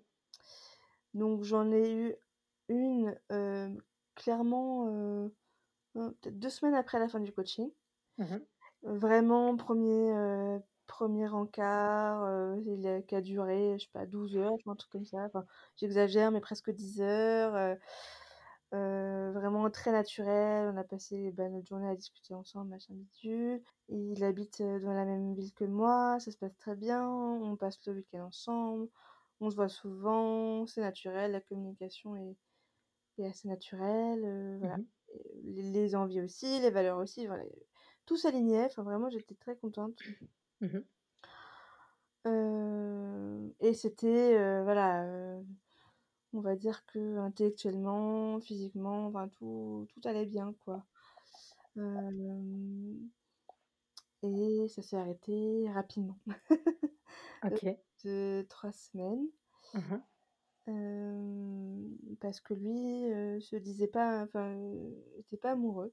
Donc j'en ai eu une, hem, clairement, heu, heu, peut-être deux semaines après la fin du coaching. Mmh mh. Vraiment premier er heu, encart, heu, il a qui a duré, je sais pas douze heures, je crois, un truc comme ça, enfin, j'exagère, mais presque dix heures, heu, heu, vraiment très naturel. On a passé, bah, notre journée à discuter ensemble, machin bidule. Il habite, heu, dans la même ville que moi, ça se passe très bien, on passe le week-end ensemble, on se voit souvent, c'est naturel, la communication est est assez naturelle, heu, Mmh voilà. mh. Et les les envies aussi, les valeurs aussi, voilà, heu, tout s'alignait, enfin vraiment j'étais très contente. Mmh mh. Heu et c'était, heu, voilà, heu, on va dire qu'intellectuellement, physiquement, enfin tout tout allait bien, quoi. Hem et ça s'est arrêté rapidement. Au OK. bout de trois semaines. Mmh mh. hem, parce que lui, heu, se disait pas enfin, heu, était pas amoureux.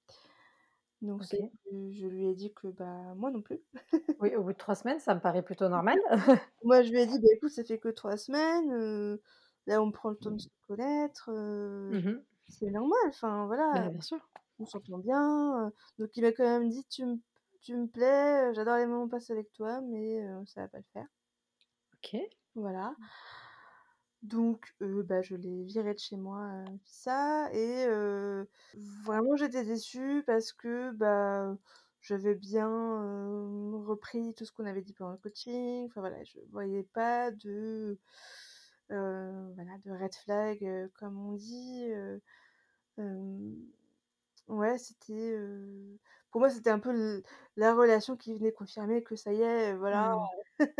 Donc c'est OK. que je lui ai dit que, bah, moi non plus. Oui, au bout de trois semaines, ça me paraît plutôt normal. Moi, je lui ai dit: «Bah, écoute, ça fait que trois semaines, heu, là, on prend le temps de se connaître, heu, Mmh mh. c'est normal, enfin, voilà, Bah, bien sûr. on s'entend bien», heu, donc il m'a quand même dit: «Tu me tu me plais, heu, j'adore les moments passés avec toi, mais heu, ça va pas le faire». OK. Voilà. Donc heu, bah, je l'ai viré de chez moi, heu, ça et heu, vraiment j'étais déçue parce que, bah, j'avais bien, heu, repris tout ce qu'on avait dit pendant le coaching. Enfin voilà, je voyais pas de, heu, voilà, de red flag, heu, comme on dit, heu, hem, ouais, c'était, heu, pour moi, c'était un peu l la relation qui venait confirmer que ça y est, heu, voilà, Mmh.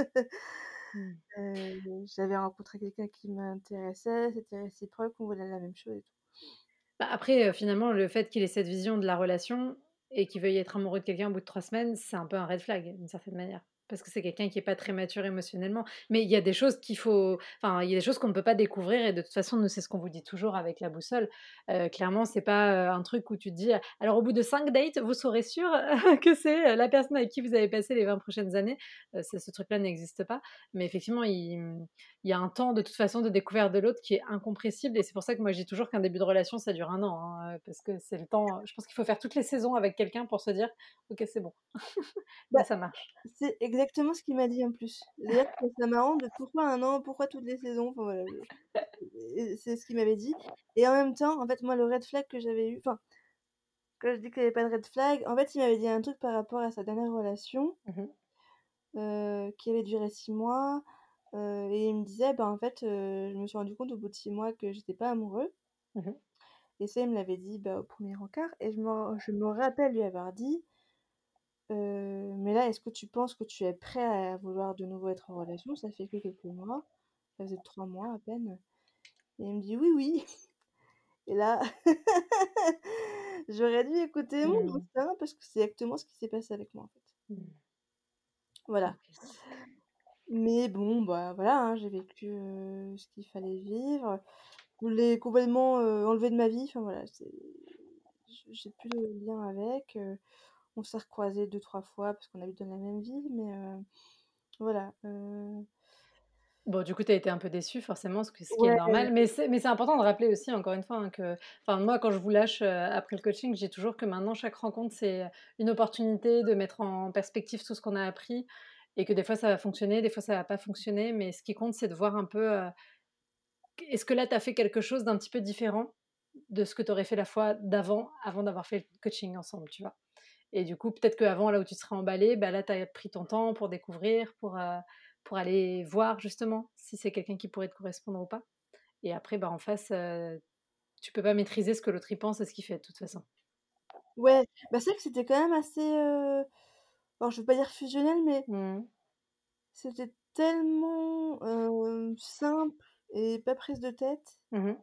Mmh. heu, j'avais rencontré quelqu'un qui m'intéressait, c'était réciproque, on voulait la même chose et tout. Bah, après, heu, finalement, le fait qu'il ait cette vision de la relation et qu'il veuille être amoureux de quelqu'un au bout de trois semaines, c'est un peu un red flag, d'une certaine manière. Parce que c'est quelqu'un qui est pas très mature émotionnellement. Mais il y a des choses qu'il faut enfin, il y a des choses qu'on ne peut pas découvrir et de toute façon, nous, c'est ce qu'on vous dit toujours avec la boussole. Heu, clairement, c'est pas, heu, un truc où tu te dis: «Alors au bout de cinq dates, vous serez sûr que c'est, heu, la personne avec qui vous allez passer les vingt prochaines années». Heu, ce ce truc-là n'existe pas. Mais effectivement, il, mmh il y a un temps de toute façon de découverte de l'autre qui est incompressible et c'est pour ça que moi je dis toujours qu'un début de relation ça dure un an, hein, heu, parce que c'est le temps, je pense qu'il faut faire toutes les saisons avec quelqu'un pour se dire: «OK, c'est bon, Bah, là ça marche». c'est exactement ce qu'il m'a dit en plus. D'ailleurs, je trouve ça marrant de pourquoi un an? Pourquoi toutes les saisons? Enfin voilà, je et c'est ce qu'il m'avait dit et en même temps, en fait, moi, le red flag que j'avais eu enfin, quand je dis qu'il y avait pas de red flag, en fait, il m'avait dit un truc par rapport à sa dernière relation, Mmh mh. heu, qui avait duré six mois, heu et il me disait: «Bah, en fait, heu, je me suis rendu compte au bout de six mois que j'étais pas amoureux» Mmh. et ça, il me l'avait dit, bah, au premier encart et je me je me rappelle lui avoir dit: «Heu, mais là, est-ce que tu penses que tu es prêt à vouloir de nouveau être en relation? Ça fait que quelques mois». Ça faisait trois mois à peine et il me dit: «Oui, oui» et là, j'aurais dû écouter mon Mmh. instinct parce que c'est exactement ce qui s'est passé avec moi, en fait. Mmh. Voilà. OK. Mais bon, bah, voilà, hein, j'ai vécu, heu, ce qu'il fallait vivre. Je l'ai complètement, heu, enlevé de ma vie, enfin voilà, c'est j j'ai plus de lien avec, heu, on s'est recroisés deux trois fois parce qu'on habite dans la même ville, mais heu, voilà, heu, Bon, du coup, tu as été un peu déçue forcément, ce que ce qui est ouais, normal, mais c'est mais c'est important de rappeler aussi encore une fois, hein, que enfin moi quand je vous lâche, heu, après le coaching, je dis toujours que maintenant chaque rencontre, c'est une opportunité de mettre en perspective tout ce qu'on a appris et que des fois ça va fonctionner, des fois ça va pas fonctionner, mais ce qui compte, c'est de voir un peu, heu, est-ce que là tu as fait quelque chose d'un petit peu différent de ce que tu aurais fait la fois d'avant, avant d'avoir fait le coaching ensemble, tu vois? Et du coup, peut-être qu'avant, là où tu serais emballée, bah, là, tu as pris ton temps pour découvrir, pour, heu, pour aller voir justement si c'est quelqu'un qui pourrait te correspondre ou pas. Et après, bah, en face, heu, tu peux pas maîtriser ce que l'autre y pense et ce qu'il fait de toute façon. ouais, bah, c'est vrai que c'était quand même assez, heu, alors je veux pas dire fusionnel, mais Mmh. c'était tellement, heu, simple et pas prise de tête Mmh mh.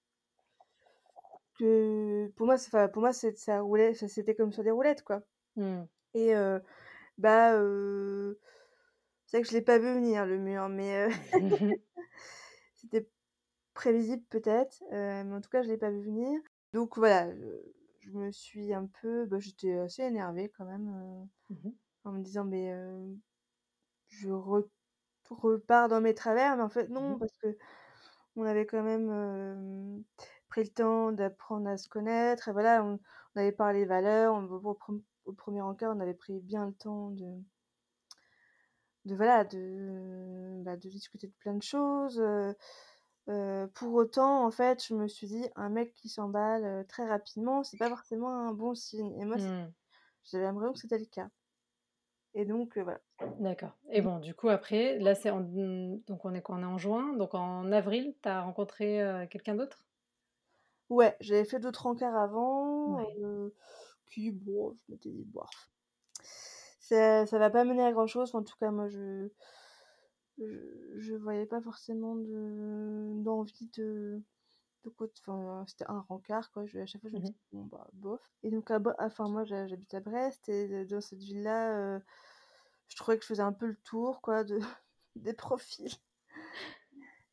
que pour moi, c'est enfin, pour moi, c'est ça roulait, ça c'était comme sur des roulettes, quoi Mmh. et heu, bah, heu, c'est vrai que je l'ai pas vu venir le mur, mais heu, c'était prévisible peut-être, heu, mais en tout cas, je l'ai pas vu venir. Donc voilà, heu, je me suis un peu bah, j'étais assez énervée quand même, heu, Mmh mh. en me disant: «Mais heu, je re repars dans mes travers», mais en fait Mmh non, mh. parce qu'on avait quand même, hem, pris le temps d'apprendre à se connaître et voilà, on on avait parlé valeurs, on au prem au premier encart, on avait pris bien le temps de de voilà, de, bah, de discuter de plein de choses, heu heu, pour autant, en fait, je me suis dit: «Un mec qui s'emballe, heu, très rapidement, c'est pas forcément un bon signe» et moi, c'est Mmh. j'avais l'impression que c'était le cas et donc heu, voilà. D'accord et bon, du coup, après, là, c'est en mmh, donc on est quoi? On est en juin, donc en avril, tu as rencontré, heu, quelqu'un d'autre? Ouais, j'avais fait d'autres encarts avant, Ouais. heu, qui bon, je m'étais dit: «Bof, ça ça va pas mener à grand chose». Enfin, en tout cas, moi, je je je voyais pas forcément de d'envie de de cont enfin, c'était un rencard, quoi. Je à chaque fois, je me Mmh dis: mh. «Bon, bah, bof» et donc à Bre enfin, moi, j'ha j'habite à Brest et de dans cette ville-là, heu, je trouvais que je faisais un peu le tour, quoi, de des profils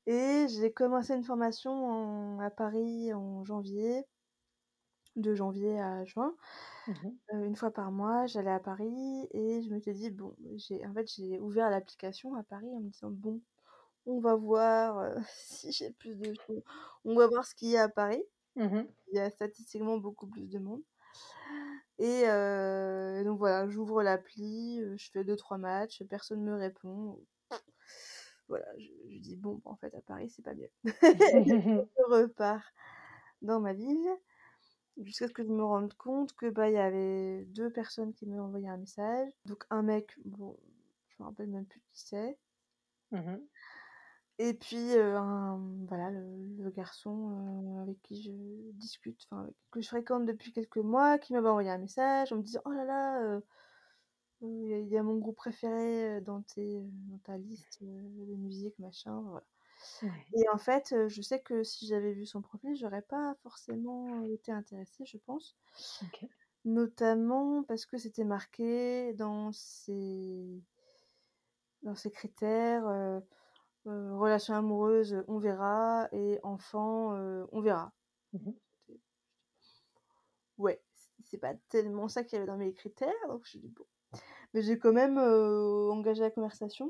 et j'ai commencé une formation en à Paris en janvier, de janvier à juin. Mmh mh. Heu, une fois par mois, j'allais à Paris et je m'étais dit: «Bon», j'ai en fait, j'ai ouvert l'application à Paris en me disant: «Bon, on va voir, heu, si j'ai plus de choses, on va voir ce qu'il y a à Paris». Mmh mh. Il y a statistiquement beaucoup plus de monde et heu, donc voilà, j'ouvre l'appli, heu, je fais deux trois matchs, personne me répond. Voilà, je je dis: «Bon, bah, en fait, à Paris, c'est pas mieux». Je repars dans ma ville jusqu'à ce que je me rende compte que, bah, il y avait deux personnes qui m'avaient envoyé un message. Donc un mec, bon, je me rappelle même plus qui c'est Mmh mh. et puis, heu, un voilà, le le garçon, heu, avec qui je discute, enfin, que je fréquente depuis quelques mois, qui m'avait envoyé un message en me disant: «Oh là là, heu heu, il y a il y a mon groupe préféré, heu, dans tes, heu, dans ta liste, heu, de musique, machin», voilà. Ouais. Et en fait, heu, je sais que si j'avais vu son profil, j'aurais pas forcément été intéressée, je pense. OK. Notamment parce que c'était marqué dans ses dans ses critères, heu heu, relation amoureuse, on verra et enfant, heu, on verra. Mmh mh. C'était ouais, c c'est pas tellement ça qu'il y avait dans mes critères, donc je dis: «Bon». Mais j'ai quand même, heu, engagé la conversation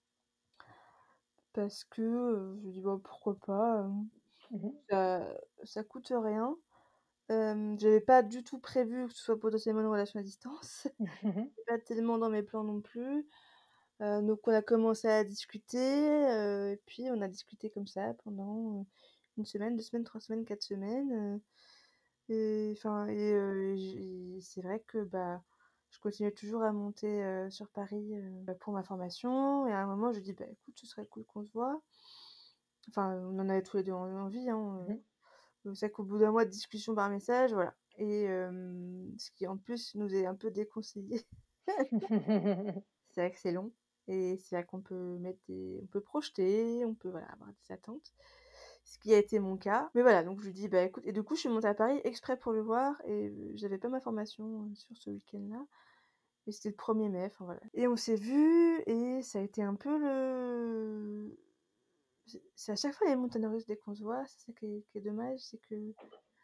parce que, heu, je me dis: «Bah, pourquoi pas, hem, Mmh mh. ça ça coûte rien». Hem, j'avais pas du tout prévu que ce soit potentiellement une relation à distance. Mmh mh. C'est pas tellement dans mes plans non plus. Heu, donc on a commencé à discuter, heu, et puis on a discuté comme ça pendant, heu, une semaine, deux semaines, trois semaines, quatre semaines, heu, et enfin et heu, j'ai c'est vrai que, bah, je continuais toujours à monter, heu, sur Paris, heu, bah, pour ma formation et à un moment je lui dis: «Bah, écoute, ce serait cool qu'on se voit». Enfin, on en avait tous les deux en envie, hein, Mmh heu, c'est vrai qu'au bout d'un mois de discussion par message, voilà et hem, ce qui en plus nous est un peu déconseillé. mh. C'est vrai que c'est long et c'est vrai qu'on peut mettre des on peut projeter, on peut, voilà, avoir des attentes. Ce qui a été mon cas. Mais voilà, donc je lui dis: «Bah, écoute» et du coup, je suis montée à Paris exprès pour le voir et heu, j'avais pas ma formation, heu, sur ce week-end-là et c'était le premier mai, enfin voilà. Et on s'est vus et ça a été un peu le c'est c'est à chaque fois les montagnes russes dès qu'on se voit, c'est ça qui est qui est dommage, c'est que, heu,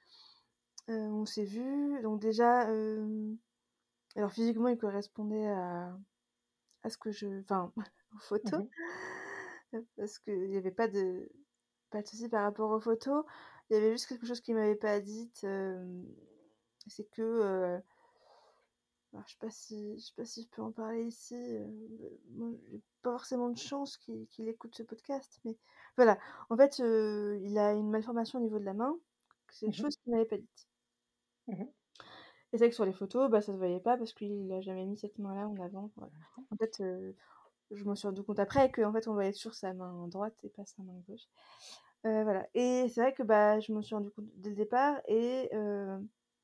on s'est vus, donc déjà, hem, alors physiquement, il correspondait à à ce que je enfin, aux photos. Mmh Parce qu'il y avait pas de pas de souci par rapport aux photos. Il y avait juste quelque chose qu'il m'avait pas dite, hem, c'est que, heu, alors je sais pas si je sais pas si je peux en parler ici, heu, moi j'ai pas forcément de chance qu'il qu'il écoute ce podcast, mais voilà. En fait, heu, il a une malformation au niveau de la main, c'est une mh. chose qu'il m'avait pas dite. Mmh mh. Et c'est vrai que sur les photos, bah, ça se voyait pas parce qu'il a jamais mis cette main-là en avant, voilà. D'accord. En fait, heu, je m'en suis rendu compte après qu'en fait, on voyait toujours sa main droite et pas sa main gauche. Heu, voilà et c'est vrai que, bah, je m'en suis rendu compte dès le départ et heu,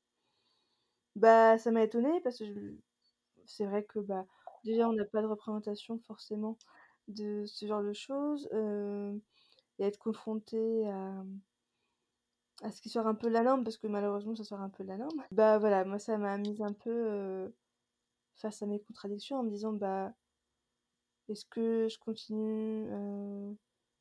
bah, ça m'a étonnée parce que je c'est vrai que, bah, déjà, on n'a pas de représentation forcément de ce genre de choses, heu et être confronté à, mmh, à ce qui sort un peu de la norme parce que malheureusement, ça sort un peu de la norme. Bah, voilà, moi, ça m'a mise un peu, heu, face à mes contradictions en me disant: «Bah, est-ce que je continue, heu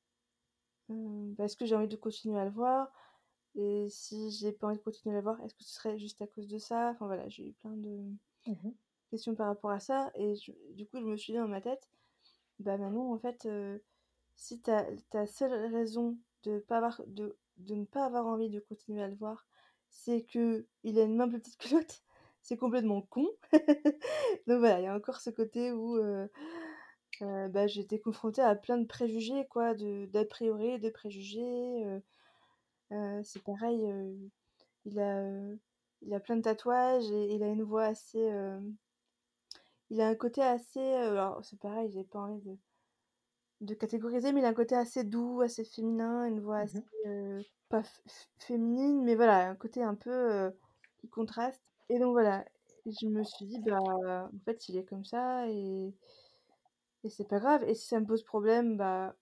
heu, bah, est-ce que j'ai envie de continuer à le voir? Et si j'ai pas envie de continuer à le voir, est-ce que ce serait juste à cause de ça?» Enfin voilà, j'ai eu plein de Mmh mh. questions par rapport à ça et je du coup, je me suis dit dans ma tête: «Bah, Manon, en fait, heu, si ta ta seule raison de pas avoir de de ne pas avoir envie de continuer à le voir, c'est qu'il a une main plus petite que l'autre, c'est complètement con». Donc voilà, il y a encore ce côté où, heu heu, bah, j'ai été confrontée à plein de préjugés quoi, de d'a priori, de préjugés, heu heu, c'est pareil, heu, il a, heu, il a plein de tatouages et il a une voix assez, hem, il a un côté assez, heu, alors c'est pareil, j'ai pas envie de de catégoriser, mais il a un côté assez doux, assez féminin, une voix Mmh assez, mh. heu, pas f f féminine, mais voilà, un côté un peu, heu, qui contraste et donc voilà, je me suis dit: «Bah, en fait, il est comme ça et et c'est pas grave et si ça me pose problème, bah,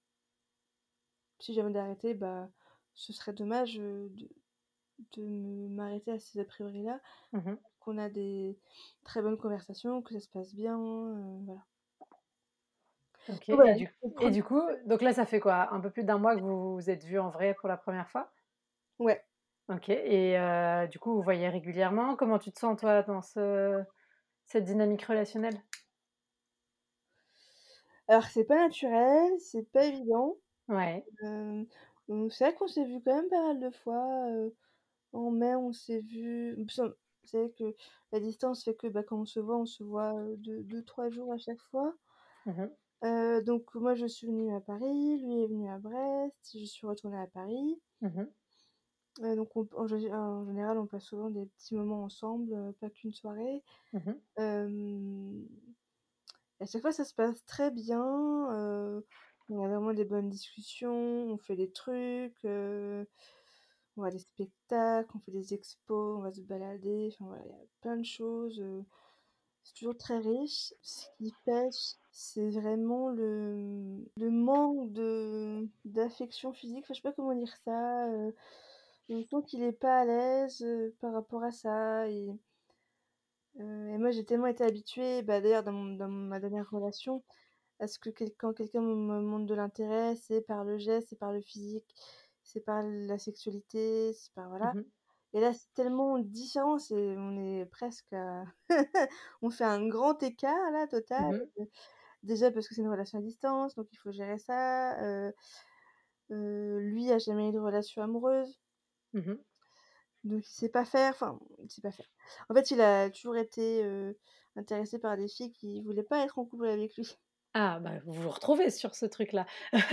si j'ai envie d'arrêter, bah, ce serait dommage, heu, de de me m'arrêter à ces a priori-là, Mmh mh. qu'on a des très bonnes conversations, que ça se passe bien, heu, voilà». OK Donc voilà, et du le et premier du coup, donc là, ça fait quoi? Un peu plus d'un mois que vous vous êtes vus en vrai pour la première fois? ouais. OK et heu, du coup, vous voyez régulièrement? Comment tu te sens toi dans ce cette dynamique relationnelle? Alors c'est pas naturel, c'est pas évident, Ouais. hem, donc c'est vrai qu'on s'est vu quand même pas mal de fois, heu, en mai, on s'est vu c'est vrai que la distance fait que, bah, quand on se voit, on se voit, heu, deux 2-3 jours à chaque fois. Mmh mh. Heu, donc moi je suis venue à Paris, lui est venu à Brest, je suis retournée à Paris. Mmh mh. Heu, donc on en gé en général, on passe souvent des petits moments ensemble, heu, pas qu'une soirée. Mmh mh. Hem, à chaque fois ça se passe très bien, heu, on a vraiment des bonnes discussions, on fait des trucs, heu, on va à des spectacles, on fait des expos, on va se balader, enfin voilà, il y a plein de choses, heu, c'est toujours très riche. Ce qui pêche, c'est vraiment le, mmh, le manque de d'affection physique, enfin je sais pas comment dire ça, heu, on sent qu'il est pas à l'aise, heu, par rapport à ça et heu et moi j'ai tellement été habituée, bah, d'ailleurs dans mon dans ma dernière relation, à ce que quel quand quelqu'un me me montre de l'intérêt, c'est par le geste, c'est par le physique, c'est par la sexualité, c'est par voilà. Mmh mh. Et là, c'est tellement différent, c'est on est presque à on fait un grand écart là, total, Mmh mh. heu, déjà parce que c'est une relation à distance, donc il faut gérer ça, heu heu, lui a jamais eu de relation amoureuse, Mmh mh. donc il sait pas faire, enfin, il sait pas faire. En fait, il a toujours été, heu, intéressé par des filles qui voulaient pas être en couple avec lui. Ah bah, vous vous retrouvez sur ce truc-là.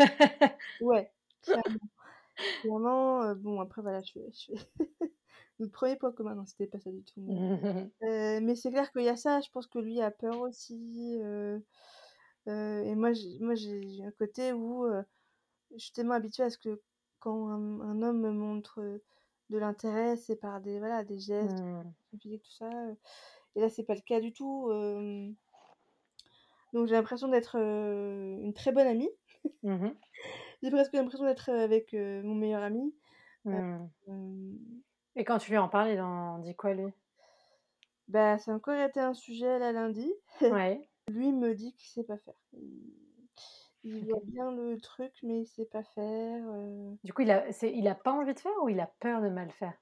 Ouais, clairement, clairement, heu, bon après voilà, je fais je fais notre premier point commun, non, c'était pas ça du tout, mais heu, mais c'est clair qu'il y a ça, je pense que lui a peur aussi, heu heu et moi j'ai moi j'ai j'ai un côté où, heu, je suis tellement habituée à ce que quand un un homme me montre, heu, de l'intérêt, c'est par des voilà, des gestes, Mmh. physiques, tout ça, heu et là, c'est pas le cas du tout, hem, donc j'ai l'impression d'être, heu, une très bonne amie. Mmh mh. J'ai presque l'impression d'être, heu, avec, heu, mon meilleur ami. Mmh. Hem, Et quand tu lui en parles, il en dit quoi lui? Bah, ça a encore été un sujet là lundi. Ouais, Lui me dit qu'il sait pas faire. Il il voit OK. bien le truc, mais il sait pas faire, heu. Du coup, il a c'est il a pas envie de faire ou il a peur de mal faire?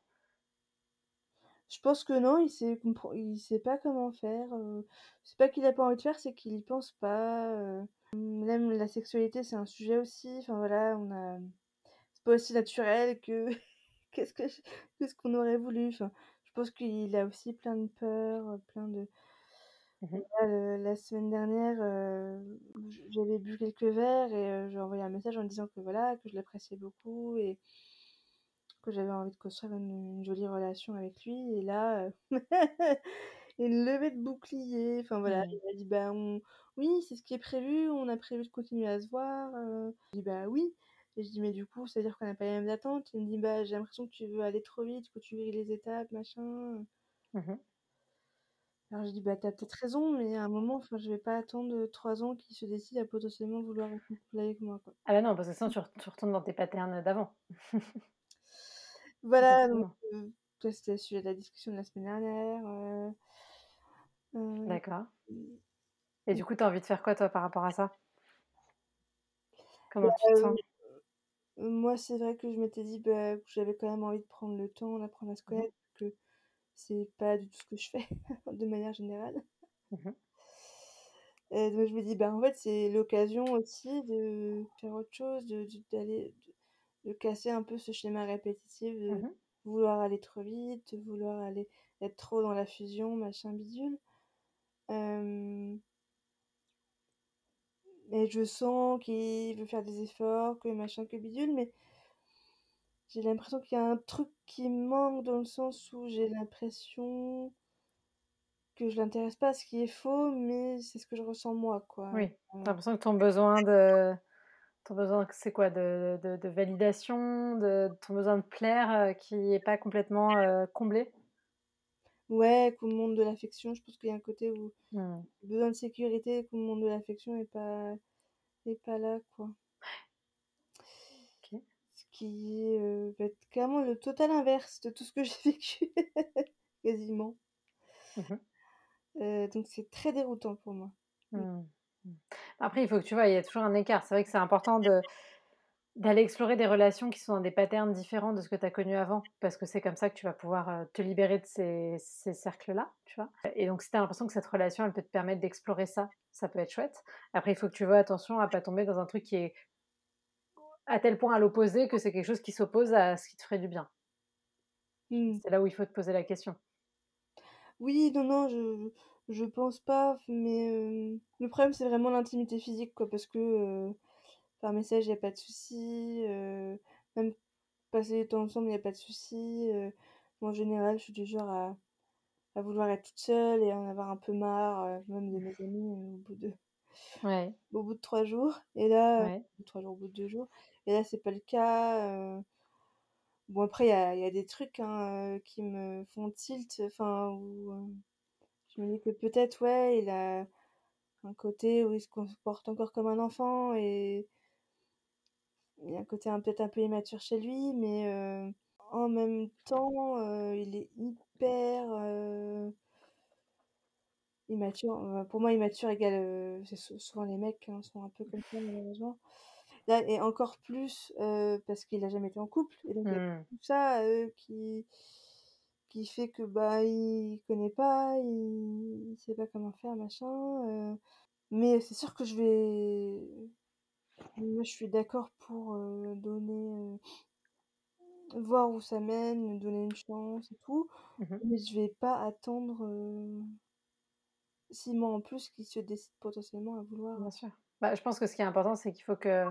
Je pense que non, il sait compren il sait pas comment faire, heu. C'est pas qu'il a pas envie de faire, c'est qu'il y pense pas, heu. Même la sexualité, c'est un sujet aussi, enfin voilà, on a c'est pas aussi naturel que qu'est-ce que j que ce qu'on aurait voulu, enfin, je pense qu'il a aussi plein de peurs, plein de Mmh mh. là, le la semaine dernière, heu, j j'avais bu quelques verres et heu, j'ai envoyé un message en disant que voilà, que je l'appréciais beaucoup et que j'avais envie de construire une une jolie relation avec lui et là, heu, une levée de bouclier, enfin voilà, Mmh. il m'a dit: «Bah, on oui, c'est ce qui est prévu, on a prévu de continuer à se voir», heu, je dis: «Bah, oui» et je dis: «Mais du coup, ça veut dire qu'on n'a pas les mêmes attentes?» Il me dit: «Bah, j'ai l'impression que tu veux aller trop vite, que tu grilles les étapes, machin». Mmh mh. Alors je dis: «Bah, tu as peut-être raison, mais à un moment, enfin, je vais pas attendre, heu, trois ans qu'il se décide à potentiellement vouloir être en couple avec moi, quoi». Ah bah non, parce que sinon tu re tu retournes dans tes patterns d'avant. Voilà, donc Effectivement. heu, ça c'était le sujet de la discussion de la semaine dernière, heu heu, D'accord mmh, et du coup, tu as envie de faire quoi toi par rapport à ça? bah, Comment tu te heu, sens? moi, c'est vrai que je m'étais dit, bah, que j'avais quand même envie de prendre le temps d'apprendre à se Mmh mh. connaître, que c'est pas du tout ce que je fais de manière générale. Mmh mh. Et donc je me dis: «Bah, en fait, c'est l'occasion aussi de faire autre chose, de de d'aller de de casser un peu ce schéma répétitif de Mmh mh. vouloir aller trop vite, de vouloir aller être trop dans la fusion, machin bidule». Hem et je sens qu'il veut faire des efforts, que machin, que bidule, mais j'ai l'impression qu'il y a un truc qui manque dans le sens où j'ai l'impression que je l'intéresse pas, ce qui est faux, mais c'est ce que je ressens moi, quoi. Oui, tu as Heu, l'impression que ton besoin de ton besoin c'est quoi? De de de validation, de ton besoin de plaire, heu, qui est pas complètement, heu, comblé? ouais, qu'on me montre de l'affection, je pense qu'il y a un côté où Mmh. besoin de sécurité, qu'on me montre de l'affection est pas est pas là, quoi. OK. Ce qui est, heu, va être clairement le total inverse de tout ce que j'ai vécu, quasiment. Mmh mh. Heu, donc c'est très déroutant pour moi. Mmh. Mmh. Mmh. Après, il faut que tu vois, il y a toujours un écart. C'est vrai que c'est important de d'aller explorer des relations qui sont dans des patterns différents de ce que tu as connu avant, parce que c'est comme ça que tu vas pouvoir, heu, te libérer de ces ces cercles-là, tu vois? Et donc si tu as l'impression que cette relation, elle peut te permettre d'explorer ça, ça peut être chouette. Après, il faut que tu vois attention à pas tomber dans un truc qui est à tel point à l'opposé que c'est quelque chose qui s'oppose à ce qui te ferait du bien. Mmh. C'est là où il faut te poser la question. Oui, non, non, je je pense pas, mais, hem, le problème, c'est vraiment l'intimité physique, quoi, parce que, heu, par message, il y a pas de souci, heu, même passer du temps ensemble, il y a pas de souci, heu, moi, en général, je suis du genre à à vouloir être toute seule et en avoir un peu marre, heu, même de mes amis, heu, au bout de Ouais, au bout de trois jours et là, heu, au ouais. bout de trois jours, au bout de deux jours et là, c'est pas le cas, heu, bon, après, il y a il y a des trucs, hein, heu, qui me font tilt, enfin, où, heu, je me dis que peut-être, ouais, il a un côté où il se comporte encore comme un enfant et il y a un côté un peut-être un peu immature chez lui, mais heu, en même temps, heu, il est hyper, heu, immature. Heu, pour moi, immature égale, heu, c'est sou souvent les mecs, hein, sont un peu comme ça malheureusement. Là et encore plus, heu, parce qu'il a jamais été en couple et donc il y a Mmh. tout ça, heu, qui qui fait que, bah, il connaît pas, il il sait pas comment faire machin, heu, mais c'est sûr que je vais moi, je suis d'accord pour, heu, donner, heu, voir où ça mène, donner une chance et tout, Mmh. mais je vais pas attendre, heu, six mois en plus qu'il se décide potentiellement à vouloir. Bien sûr. Bah, je pense que ce qui est important, c'est qu'il faut que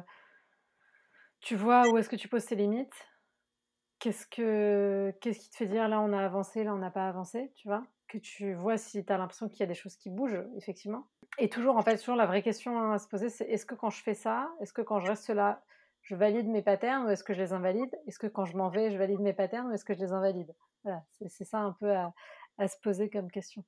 tu vois où est-ce que tu poses tes limites. Qu'est-ce que qu'est-ce qui te fait dire: «Là, on a avancé, là, on n'a pas avancé», tu vois? Que tu vois si tu as l'impression qu'il y a des choses qui bougent, effectivement. Et toujours, en fait, toujours la vraie question, hein, à se poser, c'est: «Est-ce que quand je fais ça, est-ce que quand je reste là, je valide mes patterns ou est-ce que je les invalide? Est-ce que quand je m'en vais, je valide mes patterns ou est-ce que je les invalide?» Voilà, c'est c'est ça un peu à à se poser comme question.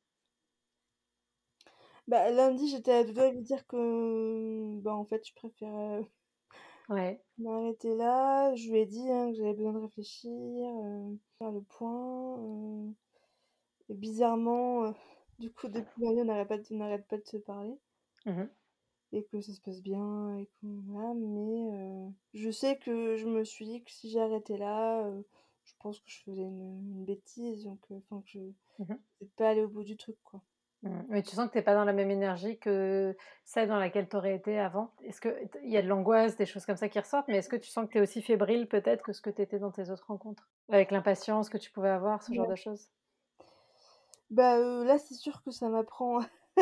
Bah, lundi, j'étais à deux doigts de lui dire que, bah, en fait, je préférais, heu, Ouais. m'arrêter là. Je lui ai dit, hein, que j'avais besoin de réfléchir, heu, faire le point, heu et bizarrement, heu, du coup, depuis lundi, on n'arrête pas de on n'arrête pas de se parler Mmh. et que ça se passe bien et que voilà, mais heu, je sais que je me suis dit que si j'arrêtais là, heu, je pense que je faisais une une bêtise donc heu, enfin que je Mmh. j'étais pas allée au bout du truc, quoi. Mmh. Mais tu sens que tu es pas dans la même énergie que celle dans laquelle tu aurais été avant? Est-ce que t il y a de l'angoisse, des choses comme ça qui ressortent, mais est-ce que tu sens que tu es aussi fébrile peut-être que ce que tu étais dans tes autres rencontres? Avec l'impatience que tu pouvais avoir, ce genre Ouais. de choses? Bah, heu, là, c'est sûr que ça m'apprend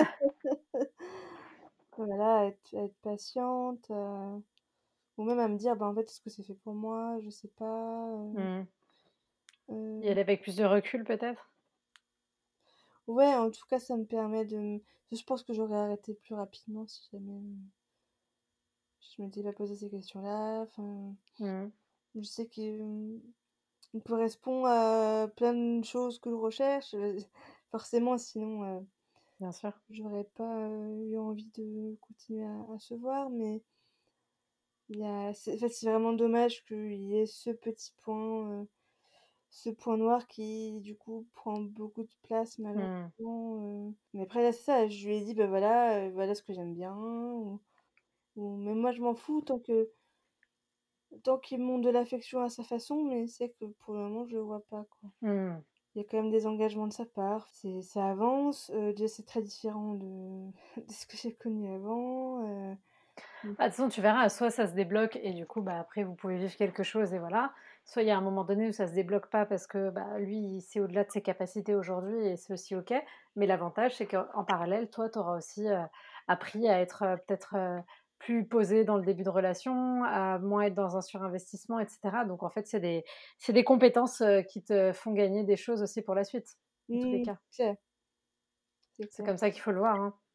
voilà, à être à être patiente, heu, ou même à me dire: «Bah, en fait, est-ce que c'est fait pour moi? Je sais pas», heu Mmh. Y heu, aller avec plus de recul peut-être? ouais, en tout cas, ça me permet de m je pense que j'aurais arrêté plus rapidement si jamais, heu, je m'étais pas posé ces questions-là. Enfin, Mmh. je sais qu'il, mmh, il correspond à plein de choses que je recherche, heu, forcément, sinon, heu, Bien sûr. j'aurais pas, heu, eu envie de continuer à à se voir, mais il y a c'est en fait, c'est vraiment dommage qu'il y ait ce petit point, heu, ce point noir qui, du coup, prend beaucoup de place Mmh. malheureusement, heu, mais après là, c'est ça, je lui ai dit: «Bah, voilà, heu, voilà ce que j'aime bien» ou ou mais moi je m'en fous tant que tant qu'il montre de l'affection à sa façon, mais c'est que pour le moment, je le vois pas, quoi. Mmh. Il y a quand même des engagements de sa part, c'est ça avance, heu, déjà c'est très différent de de ce que j'ai connu avant, heu, mmh, Bah, de toute façon, tu verras, soit ça se débloque et du coup, bah, après vous pouvez vivre quelque chose et voilà. Soit il y a un moment donné où ça se débloque pas parce que, bah, lui, c'est au-delà de ses capacités aujourd'hui et c'est aussi OK. Mais l'avantage, c'est qu'en parallèle, toi, tu auras aussi, heu, appris à être, heu, peut-être, heu, plus posé dans le début de relation, à moins être dans un surinvestissement et cetera. Donc en fait, c'est des c'est des compétences, heu, qui te font gagner des choses aussi pour la suite, en tous les mmh, cas. c'est c'est C'est clair. comme ça qu'il faut le voir, hein.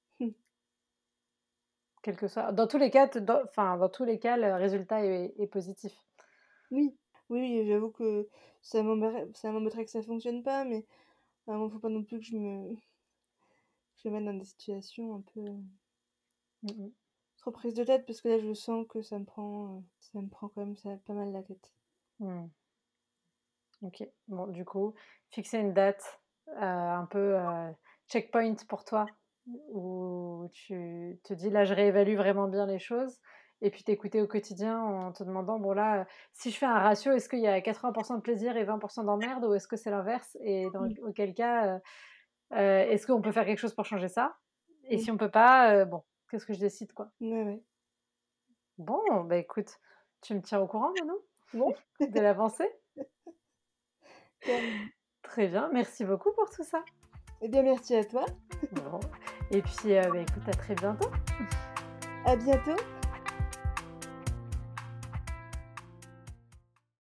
Quel que soit dans tous les cas, te dans enfin, dans tous les cas, le résultat est est positif. Oui, oui, oui, j'avoue que ça m'embêterait ça m'embêterait que ça fonctionne pas, mais à un moment, faut pas non plus que je me que je me mette dans des situations un peu, heu, Mmh mh. trop prises de tête parce que là, je sens que ça me prend, heu, ça me prend quand même ça pas mal la tête. Mmh. OK. Bon, du coup, fixer une date, heu, un peu, heu, checkpoint pour toi. Où tu te dis: «Là, je réévalue vraiment bien les choses» et puis t'écouter au quotidien en te demandant: «Bon là, heu, si je fais un ratio, est-ce qu'il y a quatre-vingts de plaisir et vingt d'emmerde ou est-ce que c'est l'inverse? Et dans Mmh. auquel cas, heu heu, est-ce qu'on peut faire quelque chose pour changer ça? Et Mmh. si on peut pas, heu, bon, qu'est-ce que je décide, quoi?» Ouais, ouais. Bon, bah, écoute, tu me tiens au courant, Manon, Ouais, de l'avancée? carrément. Très bien, merci beaucoup pour tout ça. Eh bien, merci à toi. Bon et puis, heu, bah, écoute, à très bientôt. À bientôt.